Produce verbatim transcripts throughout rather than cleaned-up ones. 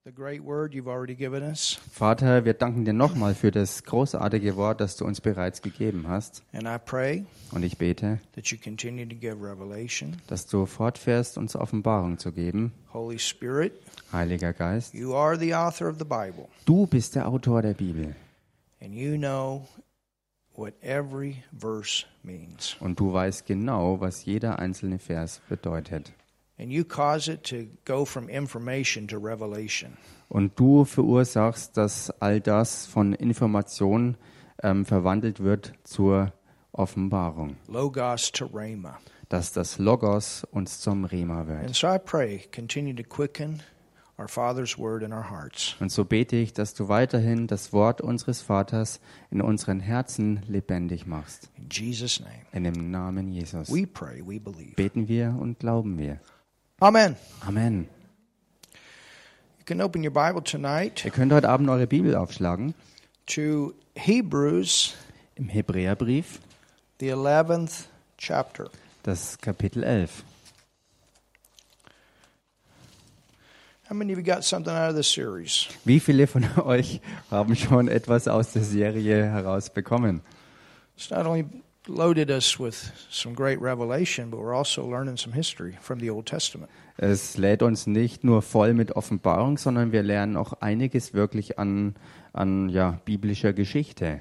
the great word you've already given us. Vater, wir danken dir nochmal für das großartige Wort, das du uns bereits gegeben hast. And I pray Und ich bete, that you continue to give revelation. dass du fortfährst, uns Offenbarung zu geben. Holy Spirit, Heiliger Geist, you are the author of the Bible, du bist der Autor der Bibel. and you know what every verse means. Und du weißt genau, was jeder einzelne Vers bedeutet. And you cause it to go from information to revelation. Und du verursachst, dass all das von Information ähm, verwandelt wird zur Offenbarung. Logos to Rhema. Dass das Logos uns zum Rema And wird. so I pray, continue to quicken our Father's word in our hearts. Und so bete ich, dass du weiterhin das Wort unseres Vaters in unseren Herzen lebendig machst. In Jesus' name, In dem Namen Jesus. we pray, we believe. Beten wir und glauben wir. Amen. Amen. You can open your Bible tonight Ihr könnt heute Abend eure Bibel aufschlagen. to Hebrews, Im Hebräerbrief, the eleventh chapter. das Kapitel elf. How many of you got something out of this series? Wie viele von euch haben schon etwas aus der Serie herausbekommen? It's not only loaded us with some great revelation, but we're also learning some history from the Old Testament. Es lädt uns nicht nur voll mit Offenbarung, sondern wir lernen auch einiges wirklich an, an ja, biblischer Geschichte.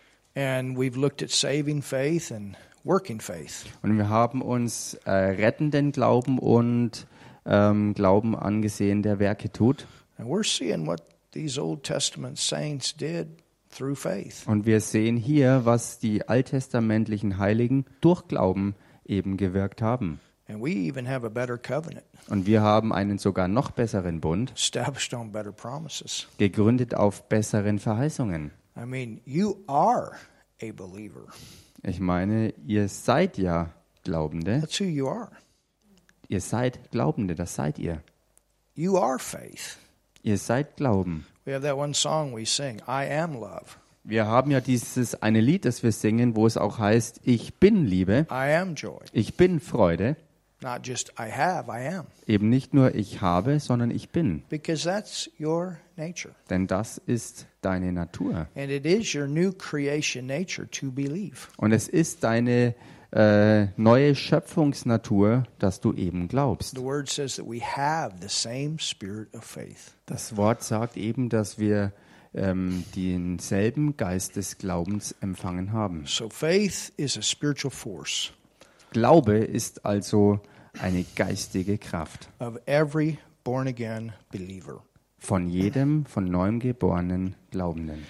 And we've looked at saving faith and working faith. Und wir haben uns äh, rettenden Glauben und ähm, Glauben angesehen, der Werke tut. And we're seeing what these Old Testament saints did through faith. Und wir sehen hier, was die alttestamentlichen Heiligen durch Glauben eben gewirkt haben. And we even have a better covenant, Und wir haben einen sogar noch besseren Bund, established on better promises. gegründet auf besseren Verheißungen. I mean, you are a believer. Ich meine, ihr seid ja Glaubende. That's who you are. Ihr seid Glaubende, das seid ihr. You are faith. Ihr seid Glauben. We have that one song we sing, I am love. Wir haben ja dieses eine Lied, das wir singen, wo es auch heißt, ich bin Liebe, I am joy. ich bin Freude. Not just I have, I am. Eben nicht nur ich habe, sondern ich bin. Because that's your nature. Denn das ist deine Natur. And it is your new creation nature to believe. Und es ist deine äh, neue Schöpfungsnatur, dass du eben glaubst. The word says that we have the same spirit of faith. Das Wort sagt eben, dass wir ähm, denselben Geist des Glaubens empfangen haben. So faith is a spiritual force Glaube ist also eine geistige Kraft of every born again believer. von jedem von neuem geborenen Glaubenden.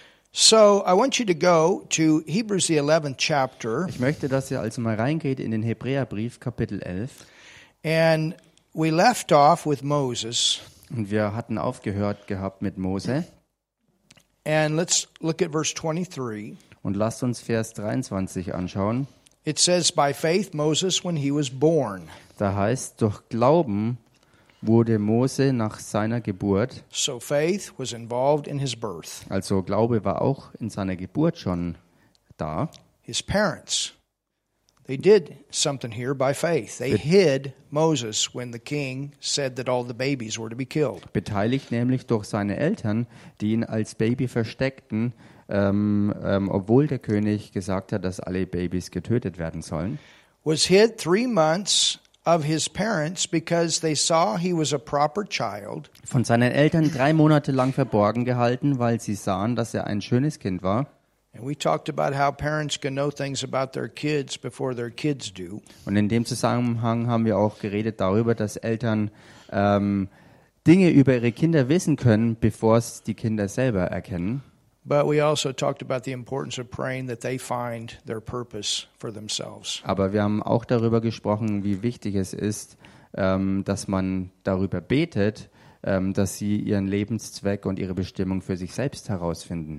So I want you to go to Hebrews the eleventh chapter, Ich möchte, dass ihr also mal reingeht in den Hebräerbrief Kapitel elf. and we left off with Moses, Und wir hatten aufgehört gehabt mit Mose. and let's look at verse twenty-three. Und lasst uns Vers dreiundzwanzig anschauen. It says, by faith Moses, when he was born. Da heißt, durch Glauben wurde Mose nach seiner Geburt, So faith was involved in his birth. also Glaube war auch in seiner Geburt schon da. His parents, they did something here by faith. They hid Moses when the king said that all the babies were to be killed. Beteiligt nämlich durch seine Eltern, die ihn als Baby versteckten, ähm, ähm, obwohl der König gesagt hat, dass alle Babys getötet werden sollen. Was hid three months of his parents because they saw he was a proper child. Von seinen Eltern drei Monate lang verborgen gehalten, weil sie sahen, dass er ein schönes Kind war. And we talked about how parents can know things about their kids before their kids do. Und in dem Zusammenhang haben wir auch geredet darüber, dass Eltern ähm, Dinge über ihre Kinder wissen können, bevor es die Kinder selber erkennen. But we also talked about the importance of praying that they find their purpose for themselves. Aber wir haben auch darüber gesprochen, wie wichtig es ist, ähm, dass man darüber betet, ähm, dass sie ihren Lebenszweck und ihre Bestimmung für sich selbst herausfinden.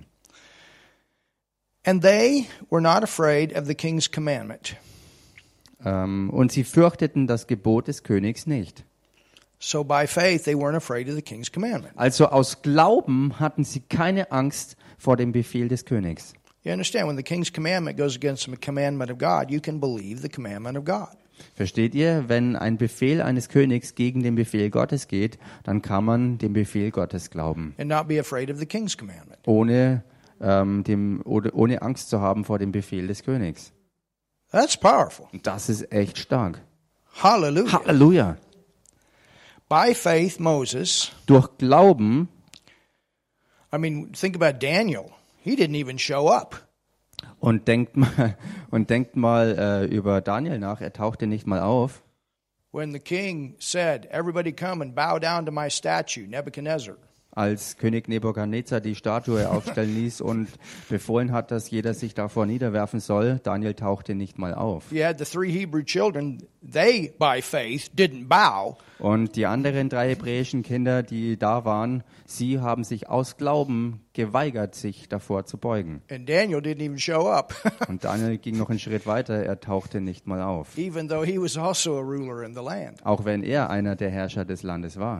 And they were not afraid of the king's commandment. Ähm, und sie fürchteten das Gebot des Königs nicht. So by faith they weren't afraid of the king's commandment. Also aus Glauben hatten sie keine Angst vor dem Befehl des Königs. You understand, when the king's commandment goes against the commandment of God, you can believe the commandment of God. Versteht ihr? Wenn ein Befehl eines Königs gegen den Befehl Gottes geht, dann kann man dem Befehl Gottes glauben, and not be afraid of the king's commandment. ohne, ähm, dem, oder, ohne Angst zu haben vor dem Befehl des Königs. That's powerful. Und das ist echt stark. Hallelujah. Halleluja! By faith, Moses, Durch Glauben, I mean, think about Daniel. He didn't even show up. und denkt mal, und denkt mal äh, über Daniel nach, er tauchte nicht mal auf. When the king said, everybody come and bow down to my statue, Nebuchadnezzar. Als König Nebukadnezar die Statue aufstellen ließ und befohlen hat, dass jeder sich davor niederwerfen soll, Daniel tauchte nicht mal auf. You had the three Hebrew children, they, by faith, didn't bow. Und die anderen drei hebräischen Kinder, die da waren, sie haben sich aus Glauben geweigert, sich davor zu beugen. And Daniel didn't even show up, Und Daniel ging noch einen Schritt weiter, er tauchte nicht mal auf. even though he was also a ruler in the land. Auch wenn er einer der Herrscher des Landes war.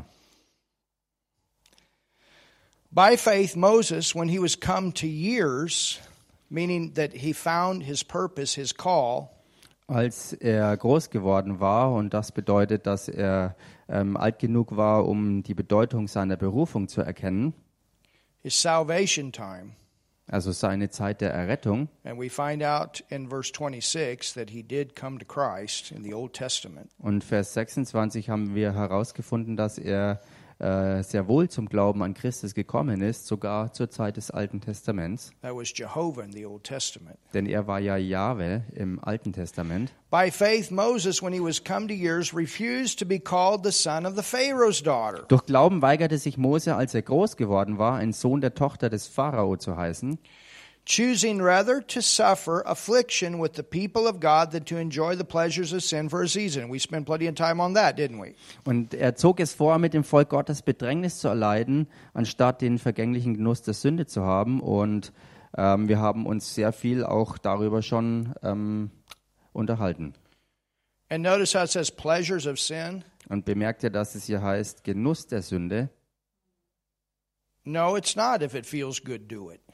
By faith, Moses, when he was come to years, meaning that he found his purpose, his call, Als er groß geworden war, und das bedeutet, dass er ähm, alt genug war, um die Bedeutung seiner Berufung zu erkennen, his salvation time, also seine Zeit der Errettung, and we find out in verse twenty-six that he did come to Christ in the Old Testament. und Vers sechsundzwanzig haben wir herausgefunden, dass er äh, sehr wohl zum Glauben an Christus gekommen ist, sogar zur Zeit des Alten Testaments, That was Jehovah in the Old Testament. denn er war ja Jahwe im Alten Testament. By faith, Moses, when he was come to years, refused to be called the son of the Pharaoh's daughter. Durch Glauben weigerte sich Mose, als er groß geworden war, ein Sohn der Tochter des Pharao zu heißen, choosing rather to suffer affliction with the people of God than to enjoy the pleasures of sin for a season. We spent plenty of time on that, didn't we? Und er zog es vor, mit dem Volk Gottes Bedrängnis zu erleiden, anstatt den vergänglichen Genuss der Sünde zu haben. Und ähm, wir haben uns sehr viel auch darüber schon ähm, unterhalten. And notice how it says pleasures of sin. Und bemerkt ihr, dass es hier heißt, Genuss der Sünde? No, it's not. If it feels good, do it.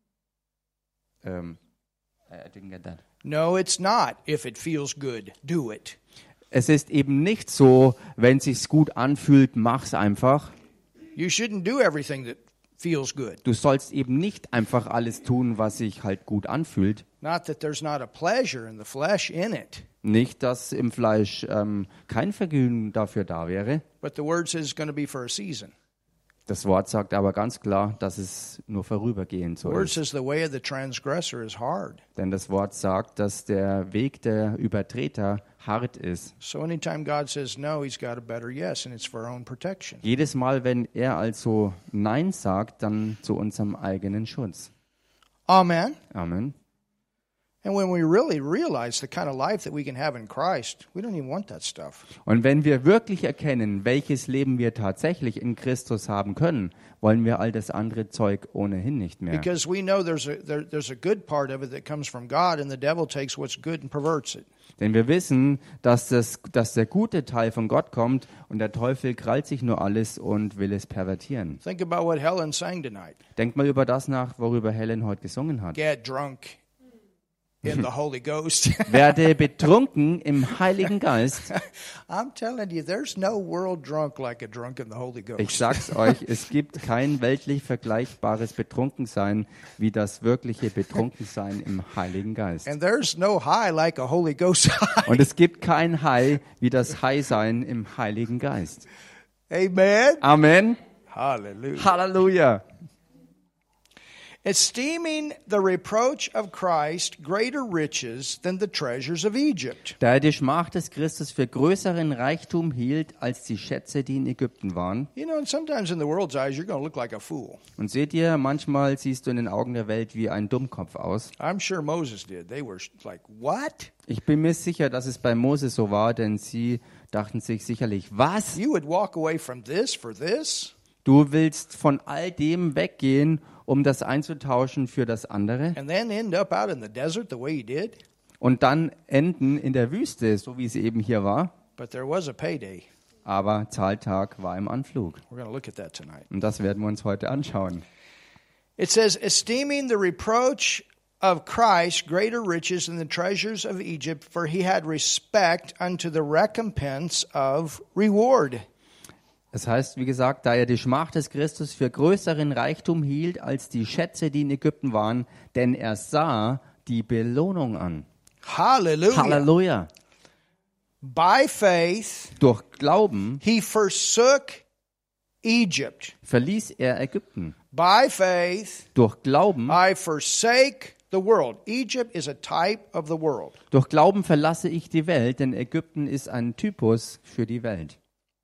Ähm, I didn't get that. No, it's not. If it feels good, do it. Es ist eben nicht so, wenn es sich gut anfühlt, mach's einfach. You shouldn't do everything that feels good. Du sollst eben nicht einfach alles tun, was sich halt gut anfühlt. Not that there's not a pleasure in the flesh in it, Nicht, dass im Fleisch ähm, kein Vergnügen dafür da wäre. but the word says it's going to be for a season. Das Wort sagt aber ganz klar, dass es nur vorübergehend The so word ist. says the way of the transgressor is hard. Denn das Wort sagt, dass der Weg der Übertreter hart ist. So anytime God says no, he's got a better yes, and it's for our own protection. Jedes Mal, wenn er also Nein sagt, dann zu unserem eigenen Schutz. Amen. Amen. And when we really realize the kind of life that we can have in Christ, we don't even want that stuff. Und wenn wir wirklich erkennen, welches Leben wir tatsächlich in Christus haben können, wollen wir all das andere Zeug ohnehin nicht mehr. Because we know there's a there, there's a good part of it that comes from God, and the devil takes what's good and perverts it. Denn wir wissen, dass, das, dass der gute Teil von Gott kommt und der Teufel krallt sich nur alles und will es pervertieren. Think about what Helen sang tonight. Denkt mal über das nach, worüber Helen heute gesungen hat. Get drunk in the Holy Ghost. Werde betrunken im Heiligen Geist. I'm telling you, there's no world drunk like a drunk in the Holy Ghost. Ich sag's euch, es gibt kein weltlich vergleichbares Betrunkensein wie das wirkliche Betrunkensein im Heiligen Geist. And there's no high like a Holy Ghost high. Und es gibt kein High wie das High-Sein im Heiligen Geist. Amen. Amen. Hallelujah. Halleluja. Esteeming the reproach of Christ greater riches than the treasures of Egypt. Da er die Schmach des Christus für größeren Reichtum hielt als die Schätze, die in Ägypten waren. You know, and sometimes in the world's eyes, you're going to look like a fool. Und seht ihr, manchmal siehst du in den Augen der Welt wie ein Dummkopf aus. I'm sure Moses did. They were like, what? Ich bin mir sicher, dass es bei Moses so war, denn sie dachten sich sicherlich, was? You would walk away from this for this? Du willst von all dem weggehen, um das einzutauschen für das andere And then end up out in the desert the way you did? und dann enden in der Wüste, so wie es eben hier war. But there was a payday. Aber Zahltag war im Anflug. We're going to look at that tonight. Und das werden wir uns heute anschauen. It says, esteeming the reproach of Christ greater riches than the treasures of Egypt, for he had respect unto the recompense of reward. Es heißt, wie gesagt, da er die Schmach des Christus für größeren Reichtum hielt als die Schätze, die in Ägypten waren, denn er sah die Belohnung an. Hallelujah. Halleluja. By faith, Durch Glauben he forsook Egypt. verließ er Ägypten. By faith, Durch Glauben, I forsake the world. Egypt is a type of the world. durch Glauben verlasse ich die Welt, denn Ägypten ist ein Typus für die Welt.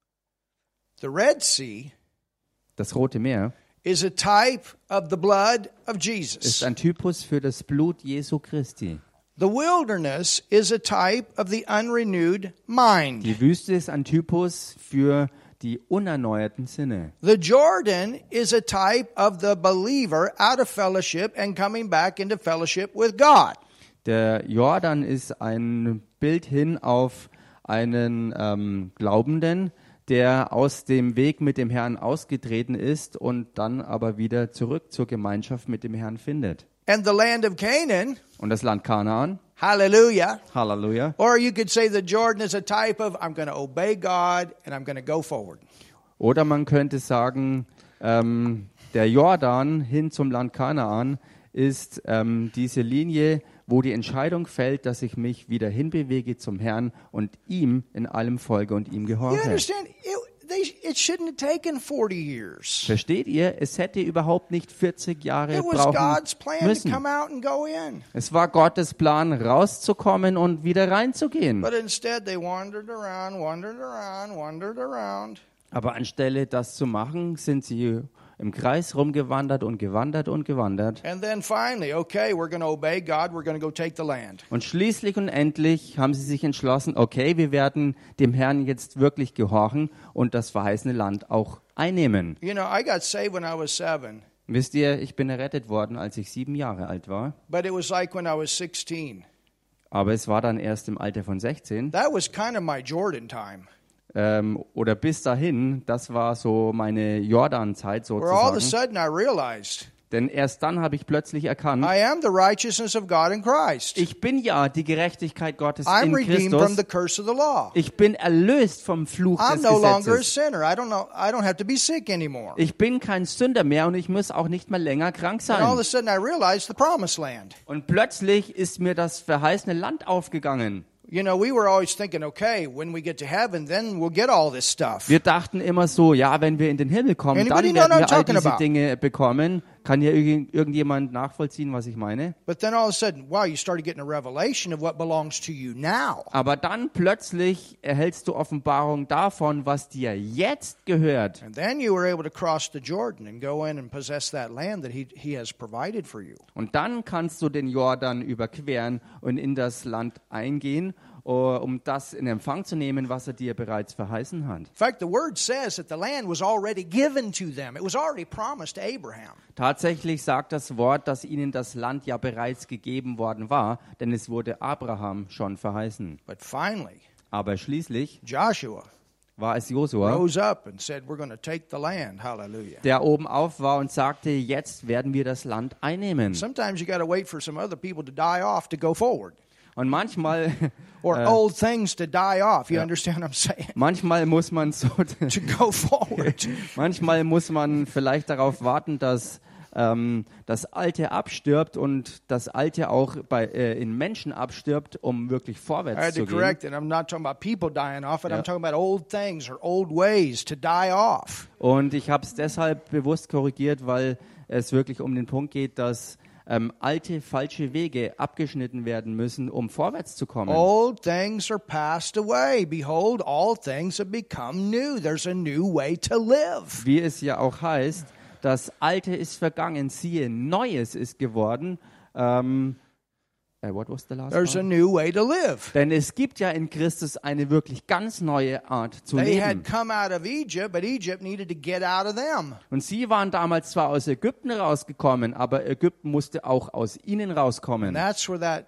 The Red Sea Das Rote Meer is a type of the blood of ist Jesus. ein Typus für das Blut Jesu Christi. The wilderness is a type of the unrenewed mind. Die Wüste ist ein Typus für die unerneuerten Sinne. The Jordan is a type of the believer out of fellowship and coming back into fellowship with God. Der Jordan ist ein Bild hin auf einen ähm, Glaubenden, der aus dem Weg mit dem Herrn ausgetreten ist und dann aber wieder zurück zur Gemeinschaft mit dem Herrn findet. And the land of Canaan, Und das Land Kanaan, hallelujah. Halleluja. Or you could say the Jordan is a type of I'm going to obey God and I'm going to go forward. Oder man könnte sagen, ähm, der Jordan hin zum Land Kanaan ist ähm, diese Linie, wo die Entscheidung fällt, dass ich mich wieder hinbewege zum Herrn und ihm in allem folge und ihm You gehorche. understand? It, they, it shouldn't have taken forty years. Versteht ihr? Es hätte überhaupt nicht vierzig Jahre It was brauchen God's plan to müssen. come out and go in. Es war Gottes Plan, rauszukommen und wieder reinzugehen. But instead they wandered around, wandered around, wandered around. Aber anstelle das zu machen, sind sie im Kreis rumgewandert und gewandert und gewandert. And then finally, okay, we're going to obey God. We're going to go take the land. Und schließlich und endlich haben sie sich entschlossen, okay, wir werden dem Herrn jetzt wirklich gehorchen und das verheißene Land auch einnehmen. You know, I got saved when I was seven, Wisst ihr, ich bin errettet worden, als ich sieben Jahre alt war. but it was like when I was sixteen. Aber es war dann erst im Alter von sechzehn. That was kind of my Jordan time, Ähm, oder bis dahin, das war so meine Jordan-Zeit where all of a sozusagen. sudden I realized Denn erst dann habe ich plötzlich erkannt, I am the righteousness of God in Christ. ich bin ja die Gerechtigkeit Gottes I'm in redeemed from Christus. the curse of the law. Ich bin erlöst vom Fluch I'm des no longer a Gesetzes. sinner. I don't know. I don't have to be sick anymore. Ich bin kein Sünder mehr und ich muss auch nicht mehr länger krank And all of sein. a sudden I realized the promised land. Und plötzlich ist mir das verheißene Land aufgegangen. You know, we were always thinking, okay, when we get to heaven, then we'll get all this stuff. Wir dachten immer so, ja, wenn wir in den Himmel kommen, Anybody dann know werden what I'm wir all talking diese about? Dinge bekommen. Kann hier irgend- irgendjemand nachvollziehen, was ich meine? But then all of a sudden, wow, you started getting a revelation of what belongs to you now. Aber dann plötzlich erhältst du Offenbarung davon, was dir jetzt gehört. And then you were able to cross the Jordan and go in and possess that land that he, he has provided for you. Und dann kannst du den Jordan überqueren und in das Land eingehen, uh, um das in Empfang zu nehmen, was er dir bereits verheißen hat. In fact, the word says that the land was already given to them. It was already promised to Abraham. Tatsächlich sagt das Wort, dass ihnen das Land ja bereits gegeben worden war, denn es wurde Abraham schon verheißen. But finally, Aber schließlich Joshua war es Josua, rose up and said, we're going to take the land. Hallelujah. der oben auf war und sagte, jetzt werden wir das Land einnehmen. Sometimes you got to wait for some other people to die off to go forward. Und manchmal, Or äh, old things to die off. You understand what I'm saying? manchmal muss man so, To go forward. manchmal muss man vielleicht darauf warten, dass ähm, das Alte abstirbt und das Alte auch bei, äh, in Menschen abstirbt, um wirklich I vorwärts had to zu gehen. correct it. I'm not talking about people dying off, but Yeah. I'm talking about old things or old ways to die off. Und ich habe es deshalb bewusst korrigiert, weil es wirklich um den Punkt geht, dass ähm, alte, falsche Wege abgeschnitten werden müssen, um vorwärts zu kommen. Old things are passed away. Behold, all things have become new. There's a new way to live. Wie es ja auch heißt, das Alte ist vergangen, siehe, Neues ist geworden. Ähm, äh, what was the last There's a part? new way to live. Denn es gibt ja in Christus eine wirklich ganz neue Art zu They leben. had come out of Egypt, but Egypt needed to get out of them. Und sie waren damals zwar aus Ägypten rausgekommen, aber Ägypten musste auch aus ihnen And rauskommen. that's where that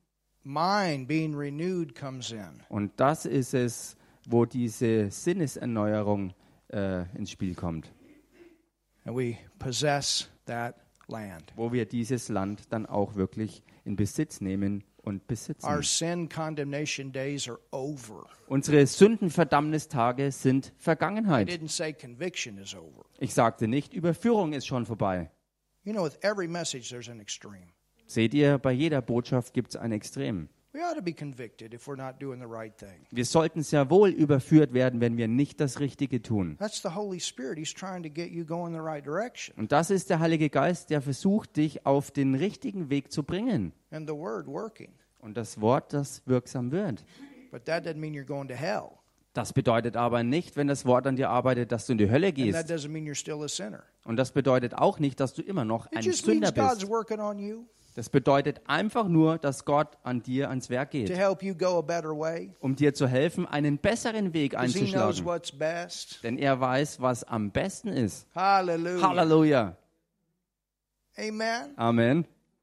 mind being renewed comes in. Und das ist es, wo diese Sinneserneuerung äh, ins Spiel kommt. And we possess that land. wo wir dieses Land dann auch wirklich in Besitz nehmen und besitzen. Our sin condemnation days are over. Unsere Sündenverdammnistage sind I Vergangenheit. didn't say conviction is over. Ich sagte nicht, Überführung ist schon vorbei. You know, with every message there's an extreme. Seht ihr, bei jeder Botschaft gibt es ein Extrem. We ought to be convicted if we're not doing the right thing. Wir sollten sehr wohl überführt werden, wenn wir nicht das Richtige tun. That's the Holy Spirit. He's trying to get you going the right direction. Und das ist der Heilige Geist, der versucht, dich auf den richtigen Weg zu bringen. And the word working. Und das Wort, das wirksam wird. But that doesn't mean you're going to hell. Das bedeutet aber nicht, wenn das Wort an dir arbeitet, dass du in die Hölle And that gehst. doesn't mean you're still a sinner. Und das bedeutet auch nicht, dass du immer noch It ein just Sünder means God's bist. working on you Das bedeutet einfach nur, dass Gott an dir ans Werk to geht, help you go a better way. um dir zu helfen, einen besseren Weg Because He knows einzuschlagen. what's best. Denn er weiß, was am besten ist. Hallelujah. Halleluja. Amen. Amen.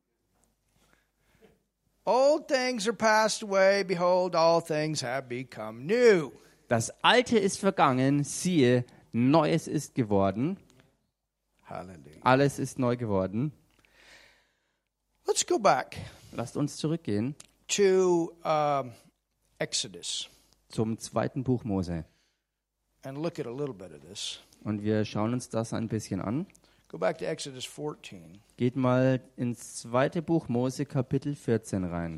Old things are passed away. Behold, all things have become new. Das Alte ist vergangen, siehe, Neues ist geworden. Hallelujah. Alles ist neu geworden. Let's go back Lasst uns zurückgehen to um, Exodus zum zweiten Buch Mose. and look at a little bit of this. Und wir schauen uns das ein bisschen an. Go back to Exodus fourteen. Geht mal ins zweite Buch Mose, Kapitel vierzehn rein.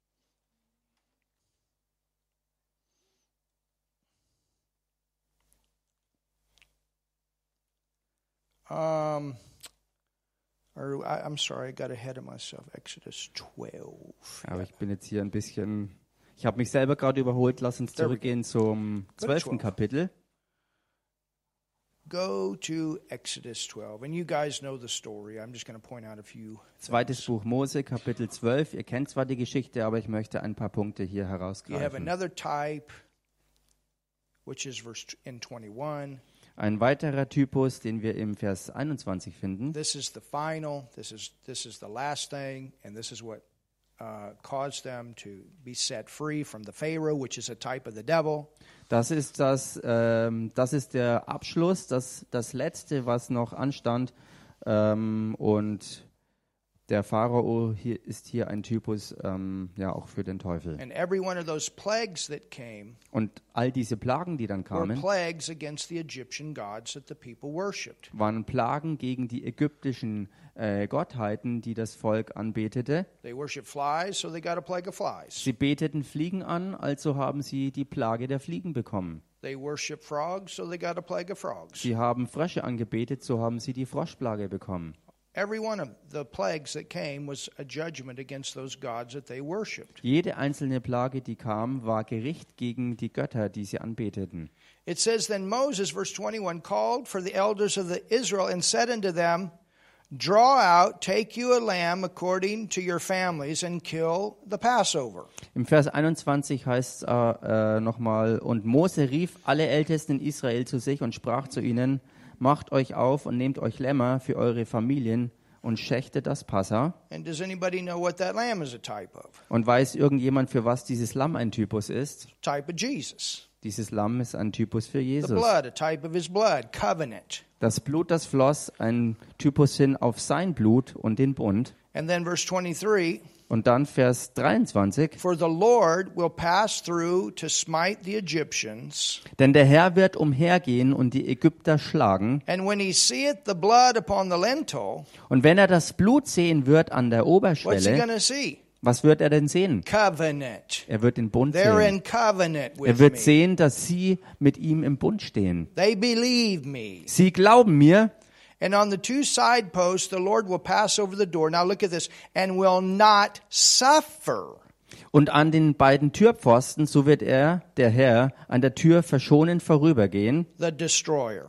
Um, or I, I'm sorry, I got ahead of myself. Exodus twelve. Aber ich bin jetzt hier ein bisschen... Ich habe mich selber gerade überholt. Lass uns There we go. zurückgehen zum zwölften twelve. Kapitel. Go to Exodus twelve. And you guys know the story. I'm just going to point out a few Zweites things. Buch Mose, Kapitel zwölf. Ihr kennt zwar die Geschichte, aber ich möchte ein paar Punkte hier You have herausgreifen. another type, which is verse t- in twenty-one. Ein weiterer Typus, den wir im Vers einundzwanzig finden. This is the final. This is this is the last thing, and this is what uh, caused them to be set free from the Pharaoh, which is a type of the devil. Das ist das, ähm, das ist der Abschluss, das, das Letzte, was noch anstand. Ähm, und der Pharao hier ist hier ein Typus, ähm, ja auch für den Teufel. And every one of those plagues that came Und all diese Plagen, die dann were kamen, plagues against the Egyptian gods that the people worshipped. waren Plagen gegen die ägyptischen äh, Gottheiten, die das Volk anbetete. They worship flies, so they got a plague of flies. Sie beteten Fliegen an, also haben sie die Plage der Fliegen bekommen. They worship frogs, so they got a plague of frogs. Sie haben Frösche angebetet, so haben sie die Froschplage bekommen. Every one of the plagues that came was a judgment against those gods that they worshipped. Jede einzelne Plage, die kam, war Gericht gegen die Götter, die sie anbeteten. It says, Then Moses, verse twenty-one, called for the elders of the Israel and said unto them, Draw out, take you a lamb according to your families, and kill the Passover. Im Vers einundzwanzig heißt es äh, äh, nochmal, und Mose rief alle Ältesten in Israel zu sich und sprach zu ihnen, macht euch auf und nehmt euch Lämmer für eure Familien und schächtet das Passa. And does anybody know what that lamb is a type of? Und weiß irgendjemand, für was dieses Lamm ein Typus ist? Type of Jesus. Dieses Lamm ist ein Typus für The Jesus. blood, a type of his blood, covenant. Das Blut, das floss, ein Typus hin auf sein Blut und den Bund. And then verse twenty-three, Und dann Vers dreiundzwanzig. For the Lord will pass through to smite the Egyptians, Denn der Herr wird umhergehen und die Ägypter schlagen. and when he seeth the blood upon the lintel, Und wenn er das Blut sehen wird an der what's he Oberschwelle, going to see? was wird er denn sehen? Covenant. Er wird den Bund They're sehen. in covenant with Er wird me. sehen, dass sie mit ihm im Bund stehen. They believe me. Sie glauben mir. And on the two side posts, the Lord will pass over the door. Now look at this. And will not suffer. Und an den beiden Türpfosten, so wird er, der Herr, an der Tür verschonend vorübergehen The destroyer.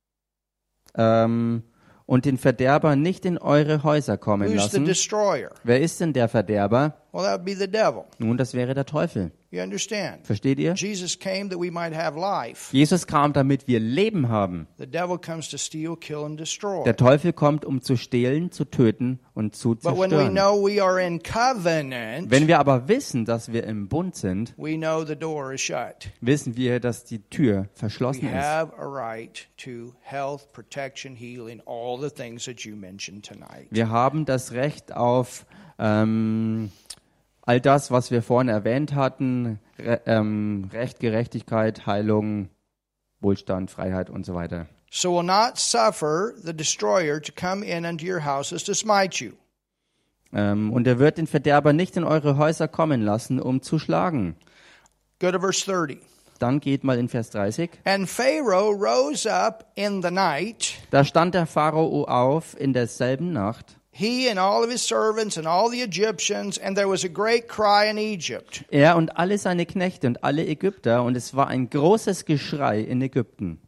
ähm, und den Verderber nicht in eure Häuser kommen Who's the lassen. destroyer? Wer ist denn der Verderber? Well, that would be the devil. Nun, das wäre der Teufel. You understand? Versteht ihr? Jesus came that we might have life. Jesus kam, damit wir Leben haben. The devil comes to steal, kill and destroy. Der Teufel kommt, um zu stehlen, zu töten und zu But when we zerstören. know we are in covenant, Wenn wir aber wissen, dass wir im Bund sind, we know the door is shut. wissen wir, dass die Tür We verschlossen ist. have a right to health, protection, healing, all the things that you mentioned tonight. Wir haben das Recht auf ähm, all das, was wir vorhin erwähnt hatten, Re ähm, Recht, Gerechtigkeit, Heilung, Wohlstand, Freiheit und so weiter. So will not suffer the destroyer to come in unto your houses to smite you. Ähm, und er wird den Verderber nicht in eure Häuser kommen lassen, um zu schlagen. Go to verse thirty. Dann geht mal in Vers dreißig. And Pharaoh rose up in the night, Da stand der Pharao auf in derselben Nacht, he and all of his servants and all the Egyptians, and there was a great cry in Egypt. er und alle seine Knechte und alle Ägypter, und es war ein großes Geschrei in Ägypten.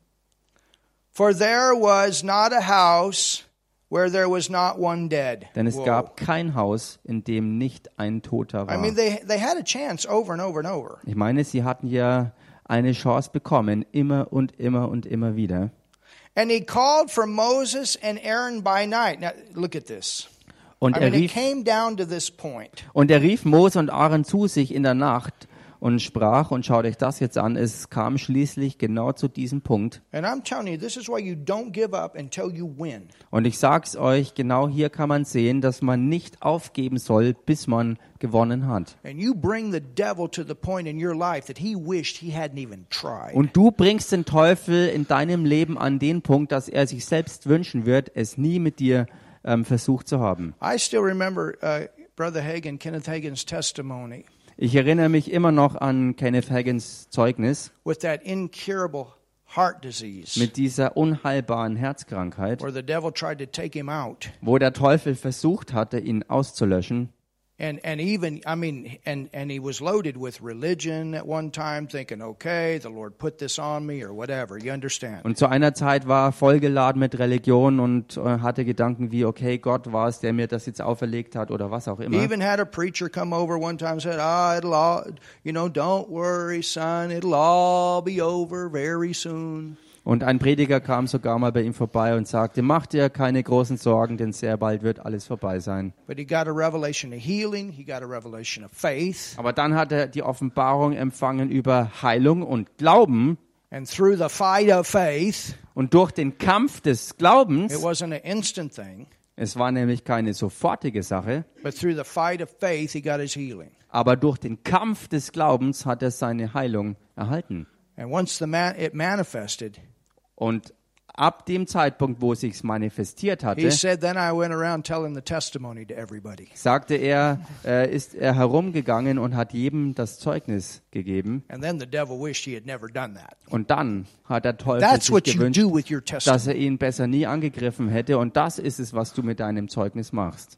For there was not a house where there was not one dead. Denn es Whoa. gab kein Haus, in dem nicht ein Toter I war. mean, they, they had a chance over and over and over. Ich meine, sie hatten ja eine Chance bekommen, immer und immer und immer wieder. And he called for Moses and Aaron by night. Now, look at this. Und I er mean, it rief, came down to this point. und er rief Mose und Aaron zu sich in der Nacht und sprach, und schaut euch das jetzt an, es kam schließlich genau zu diesem Punkt. And I'm telling you, this is why you don't give up until you win. Und ich sag's euch, genau hier kann man sehen, dass man nicht aufgeben soll, bis man gewonnen hat. And you bring the devil to the point in your life that he wished he hadn't even tried. Und du bringst den Teufel in deinem Leben an den Punkt, dass er sich selbst wünschen wird, es nie mit dir ähm, versucht zu haben. I still remember uh, Brother Hagin, Kenneth Hagin's testimony Ich erinnere mich immer noch an Kenneth Hagins Zeugnis with that incurable heart disease mit dieser unheilbaren Herzkrankheit, where the devil tried to take him out. wo der Teufel versucht hatte, ihn auszulöschen. And and even, I mean, and, and he was loaded with religion at one time, thinking, okay, the Lord put this on me or whatever. You understand? Und zu einer Zeit war er vollgeladen mit Religion und äh, hatte Gedanken wie, okay, Gott war es, der mir das jetzt auferlegt hat oder was auch He immer. even had a preacher come over one time and said, ah, it'll all, you know, don't worry, son, it'll all be over very soon. Und ein Prediger kam sogar mal bei ihm vorbei und sagte, mach dir keine großen Sorgen, denn sehr bald wird alles vorbei sein. But he got a revelation of healing. He got a revelation of faith. Aber dann hat er die Offenbarung empfangen über Heilung und Glauben. And through the fight of faith, Und durch den Kampf des Glaubens, it wasn't an instant thing, es war nämlich keine sofortige Sache, but through the fight of faith, he got his healing. aber durch den Kampf des Glaubens hat er seine Heilung erhalten. And once the man, it manifested, Und ab dem Zeitpunkt, wo es sich manifestiert hatte, he said, then I went around telling the testimony to everybody. sagte er, äh, ist er herumgegangen und hat jedem das Zeugnis gegeben. And then the devil wished he had never done that. Und dann hat der Teufel That's sich what you gewünscht, do with your dass testimony. er ihn besser nie angegriffen hätte. Und das ist es, was du mit deinem Zeugnis machst.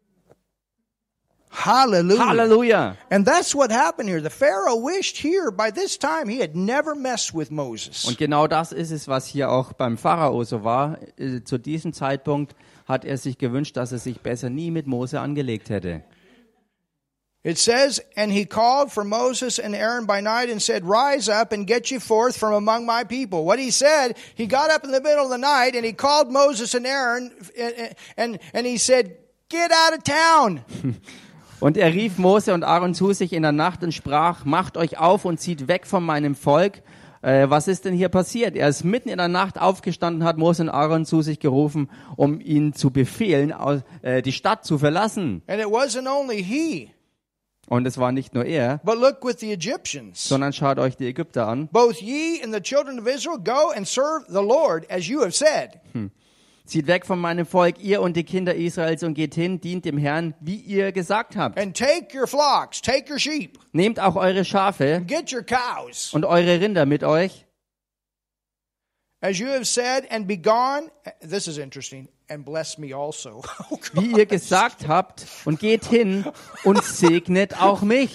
Hallelujah. Halleluja! And that's what happened here. The Pharaoh wished here, by this time, he had never messed with Moses. Und genau das ist es, was hier auch beim Pharao so war. Äh, Zu diesem Zeitpunkt hat er sich gewünscht, dass er sich besser nie mit Mose angelegt hätte. It says, and he called for Moses and Aaron by night and said, rise up and get you forth from among my people. What he said, he got up in the middle of the night and he called Moses and Aaron and, and, and he said, get out of town. Und er rief Mose und Aaron zu sich in der Nacht und sprach, macht euch auf und zieht weg von meinem Volk. Äh, was ist denn hier passiert? Er ist mitten in der Nacht aufgestanden, hat Mose und Aaron zu sich gerufen, um ihnen zu befehlen, aus, äh, die Stadt zu verlassen. And it wasn't only he, Und es war nicht nur er, but look with the Egyptians. sondern schaut euch die Ägypter an. Both ye and the children of Israel go and serve the Lord as you have said. Zieht weg von meinem Volk, ihr und die Kinder Israels, und geht hin, dient dem Herrn, wie ihr gesagt habt. And take your flocks, take your sheep, Nehmt auch eure Schafe get your cows, und eure Rinder mit euch, as you have said, and be gone. This is interesting. And bless me also. Oh, wie ihr gesagt habt, und geht hin und segnet auch mich.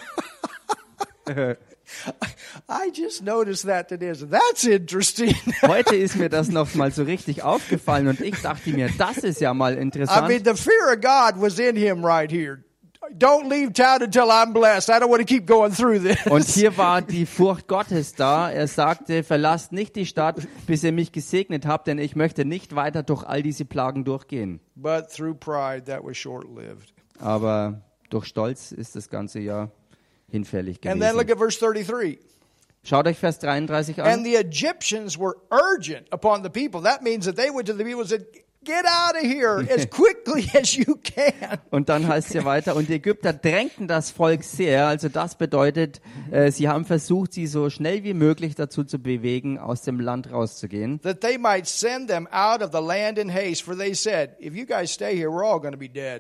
I just noticed that today. So that's interesting. Heute ist mir das noch mal so richtig aufgefallen und ich dachte mir, das ist ja mal I mean, interessant. the fear of God was in him right here. don't leave town until I'm blessed. I don't want to keep going through this. Und hier war die Furcht Gottes da. Er sagte, verlasst nicht die Stadt, bis ihr mich gesegnet habt, denn ich möchte nicht weiter durch all diese Plagen durchgehen. But through pride, that was short-lived. Aber durch Stolz ist das ganze Jahr hinfällig And then look gewesen. at verse thirty-three. Schaut euch Vers dreiunddreißig And an. the Egyptians were urgent upon the people. That means that they went to the people and said, get out of here as quickly as you can. Und dann heißt es ja weiter, und die Ägypter drängten das Volk sehr. Also das bedeutet, äh, sie haben versucht, sie so schnell wie möglich dazu zu bewegen, aus dem Land rauszugehen. That they might send them out of the land in haste. For they said, if you guys stay here, we're all going to be dead.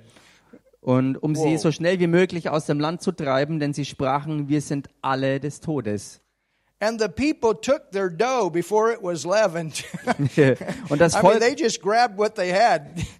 Und um sie Wow. so schnell wie möglich aus dem Land zu treiben, denn sie sprachen, wir sind alle des Todes. And the people took their dough before it was leavened. Und das I mean, Volk, they just grabbed what they had.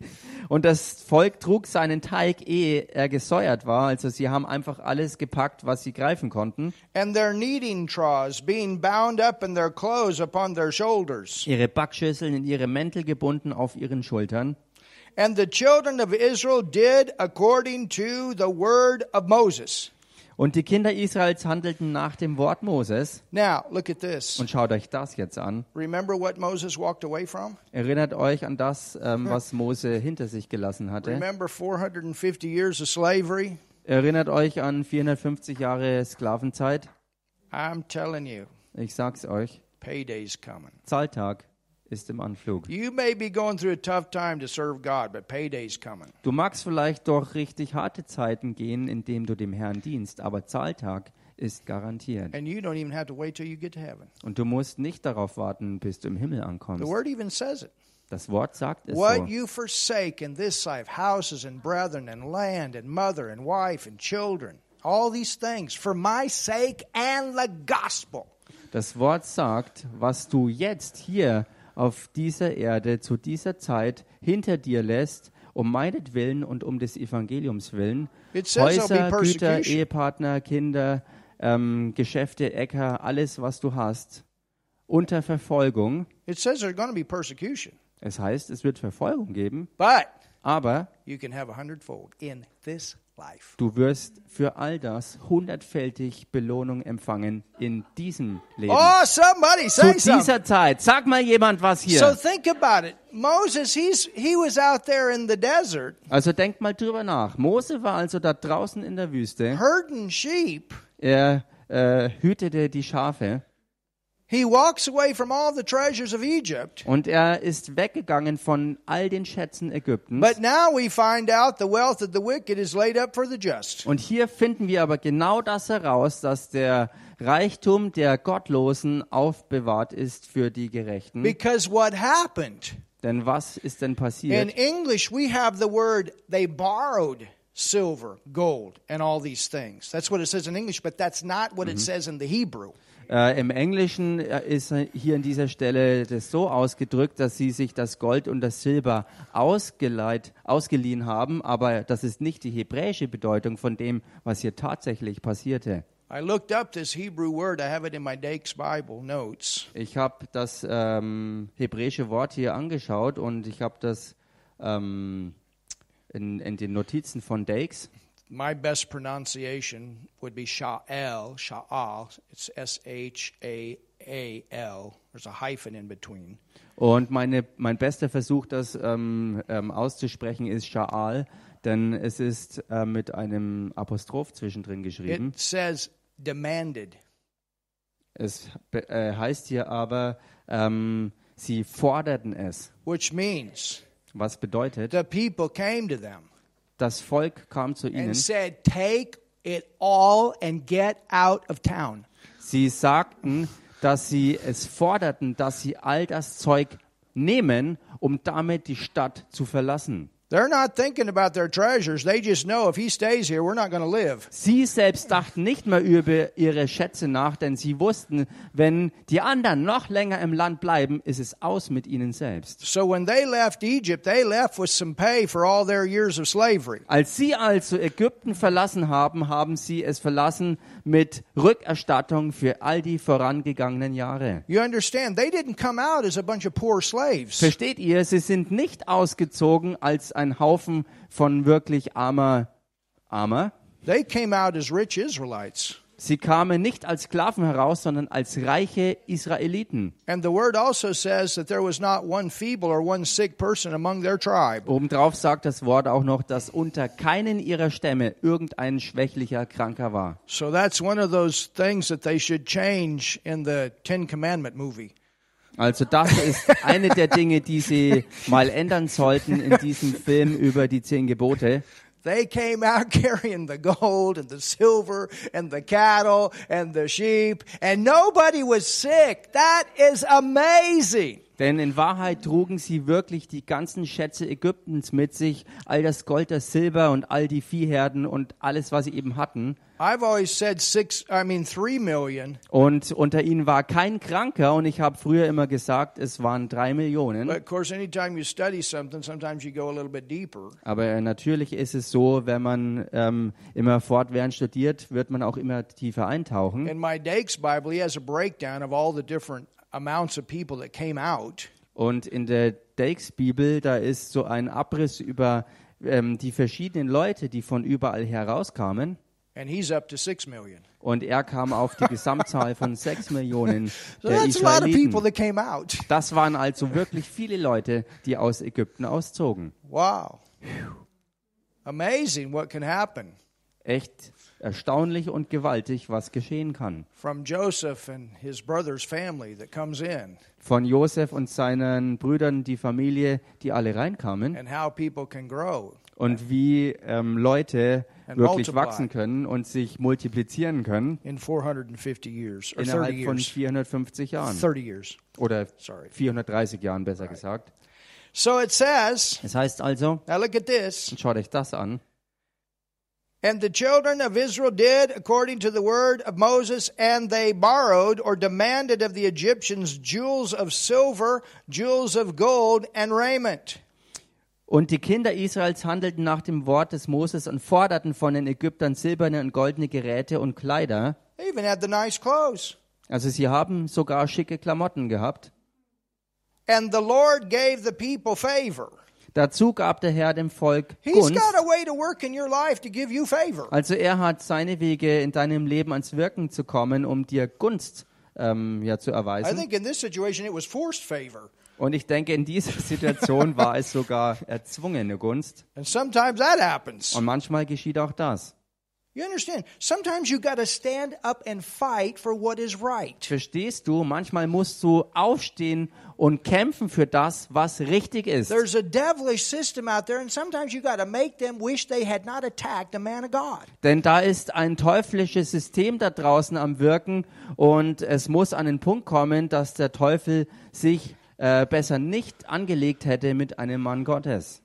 und das Volk trug seinen Teig, ehe er gesäuert war. Also sie haben einfach alles gepackt, was sie greifen konnten. And their kneading troughs being bound up in their clothes upon their shoulders. Ihre Backschüsseln in ihre Mäntel gebunden auf ihren Schultern. And the children of Israel did according to the word of Moses. Und die Kinder Israels handelten nach dem Wort Moses. Now, look at this. Und schaut euch das jetzt an. Remember what Moses walked away from? Erinnert euch an das, ähm, was Mose hinter sich gelassen hatte. Remember four hundred fifty years of slavery? Erinnert euch an vierhundertfünfzig Jahre Sklavenzeit. I'm telling you, Ich sag's euch, payday's coming. Zahltag ist im Anflug. You may be going through a tough time to serve God, but payday's coming. Du magst vielleicht durch richtig harte Zeiten gehen, indem du dem Herrn dienst, aber Zahltag ist garantiert. And you don't even have to wait till you get to heaven. Und du musst nicht darauf warten, bis du im Himmel The ankommst. word even says it. Das Wort sagt es What so. you forsake in this life, houses and brethren and land and mother and wife and children, all these things, for my sake and the gospel. Das Wort sagt, was du jetzt hier auf dieser Erde zu dieser Zeit hinter dir lässt, um meinetwillen und um des Evangeliums willen, It says there'll be Häuser, Güter, persecution. Ehepartner, Kinder, ähm, Geschäfte, Äcker, alles, was du hast, unter Verfolgung. It says there's going to be persecution, Es heißt, es wird Verfolgung geben, but aber you can have a hundredfold in this life. du wirst für all das hundertfältig Belohnung empfangen in diesem Leben. Oh, somebody Zu say something. dieser Zeit. Sag mal jemand was So hier. think about it. Moses, he's he was out there in the desert Also denkt mal drüber nach. Mose war also da draußen in der Wüste. herding sheep. Er äh, hütete die Schafe He walks away from all the treasures of Egypt. und er ist weggegangen von all den Schätzen Ägyptens. But now we find out the wealth of the wicked is laid up for the just. Und hier finden wir aber genau das heraus, dass der Reichtum der Gottlosen aufbewahrt ist für die Gerechten. Because what happened? Denn was ist denn In passiert? English, we have the word they borrowed silver, gold, and all these things. That's what it says in English, but that's not what it says in the Hebrew. Äh, Im Englischen äh, ist hier an dieser Stelle das so ausgedrückt, dass sie sich das Gold und das Silber ausgeleiht, ausgeliehen haben, aber das ist nicht die hebräische Bedeutung von dem, was hier tatsächlich passierte. I looked up this Hebrew word. I have it in my Dake's Bible notes. Ich habe das ähm, hebräische Wort hier angeschaut und ich habe das ähm, in, in den Notizen von Dakes. My best pronunciation would be Sha'al, Sha'al. It's S H A A L. There's a hyphen in between. Und meine, mein bester Versuch, das ähm, ähm, auszusprechen, ist Sha'al, denn es ist äh, mit einem Apostroph zwischendrin geschrieben. It says demanded. Es be- äh, heißt hier aber, ähm, sie forderten es. Which means Was bedeutet, the people came to them das Volk kam zu ihnen. and said, take it all and get out of town. Sie sagten, dass sie es forderten, dass sie all das Zeug nehmen, um damit die Stadt zu verlassen. They're not thinking about their treasures. They just know if he stays here, we're not going to live. Sie selbst dachten nicht mehr über ihre Schätze nach, denn sie wussten, wenn die anderen noch länger im Land bleiben, ist es aus mit ihnen selbst. So when they left Egypt, they left with some pay for all their years of slavery. Als sie also Ägypten verlassen haben, haben sie es verlassen mit Rückerstattung für all die vorangegangenen Jahre. You understand? They didn't come out as a bunch of poor slaves. Versteht ihr? Sie sind nicht ausgezogen als ein Haufen von wirklich armer, armer. They came out as rich Israelites. Sie kamen nicht als Sklaven heraus, sondern als reiche Israeliten. And the word also says that there was not one feeble or one sick person among their tribe. Obendrauf sagt das Wort auch noch, dass unter keinen ihrer Stämme irgendein schwächlicher Kranker war. So that's one of those things that they should change in the Ten Commandment movie. Also das ist eine der Dinge, die sie mal ändern sollten in diesem Film über die zehn Gebote. They came out carrying the gold and the silver and the cattle and the sheep, and nobody was sick. That is amazing. Denn in Wahrheit trugen sie wirklich die ganzen Schätze Ägyptens mit sich, all das Gold, das Silber und all die Viehherden und alles, was sie eben hatten. I've always said six, I mean three million. Und unter ihnen war kein Kranker und ich habe früher immer gesagt, es waren drei Millionen. But of course, anytime you study something, sometimes you go a little bit deeper. Aber natürlich ist es so, wenn man ähm, immer fortwährend studiert, wird man auch immer tiefer eintauchen. In my Dake's Bible, he has a breakdown of all the different amounts of people that came out. Und in der Dakes Bibel, da ist so ein Abriss über ähm, die verschiedenen Leute, die von überall herauskamen. And he's up to six million. Und er kam auf die Gesamtzahl von sechs Millionen So der that's a lot of people Israeliten. that came out. Das waren also wirklich viele Leute, die aus Ägypten auszogen. Wow. Amazing what can happen. Echt erstaunlich und gewaltig, was geschehen kann. From Joseph and his brother's family that comes in, Von Josef und seinen Brüdern, die Familie, die alle reinkamen. and how people can grow. Und wie ähm, Leute And wirklich multiply. wachsen können und sich multiplizieren können In four hundred fifty years, or thirty innerhalb von years. vierhundertfünfzig Jahren. thirty years. Oder Sorry. vierhundertdreißig Jahren, besser gesagt. So it says, Das heißt also, now look at this. schaut euch das an. And the children of Israel did according to the word of Moses, and they borrowed or demanded of the Egyptians jewels of silver, jewels of gold, and raiment. Und die Kinder Israels handelten nach dem Wort des Moses und forderten von den Ägyptern silberne und goldene Geräte und Kleider. They even had the nice clothes. Also sie haben sogar schicke Klamotten gehabt. And the Lord gave the people favor. Dazu gab der Herr dem Volk He's Gunst. got a way to work in your life to give you favor. Also er hat seine Wege in deinem Leben ans Wirken zu kommen, um dir Gunst ähm, ja, zu I erweisen. think in this situation it was forced favor. Und ich denke, in dieser Situation war es sogar erzwungene Gunst. And sometimes that happens. Und manchmal geschieht auch das. You understand? Sometimes you got to stand up and fight for what is right. Verstehst du? Manchmal musst du aufstehen und kämpfen für das, was richtig ist. There's a devilish system out there, and sometimes you got to make them wish they had not attacked a man of God. Denn da ist ein teuflisches System da draußen am Wirken und es muss an den Punkt kommen, dass der Teufel sich äh, besser nicht angelegt hätte mit einem Mann Gottes.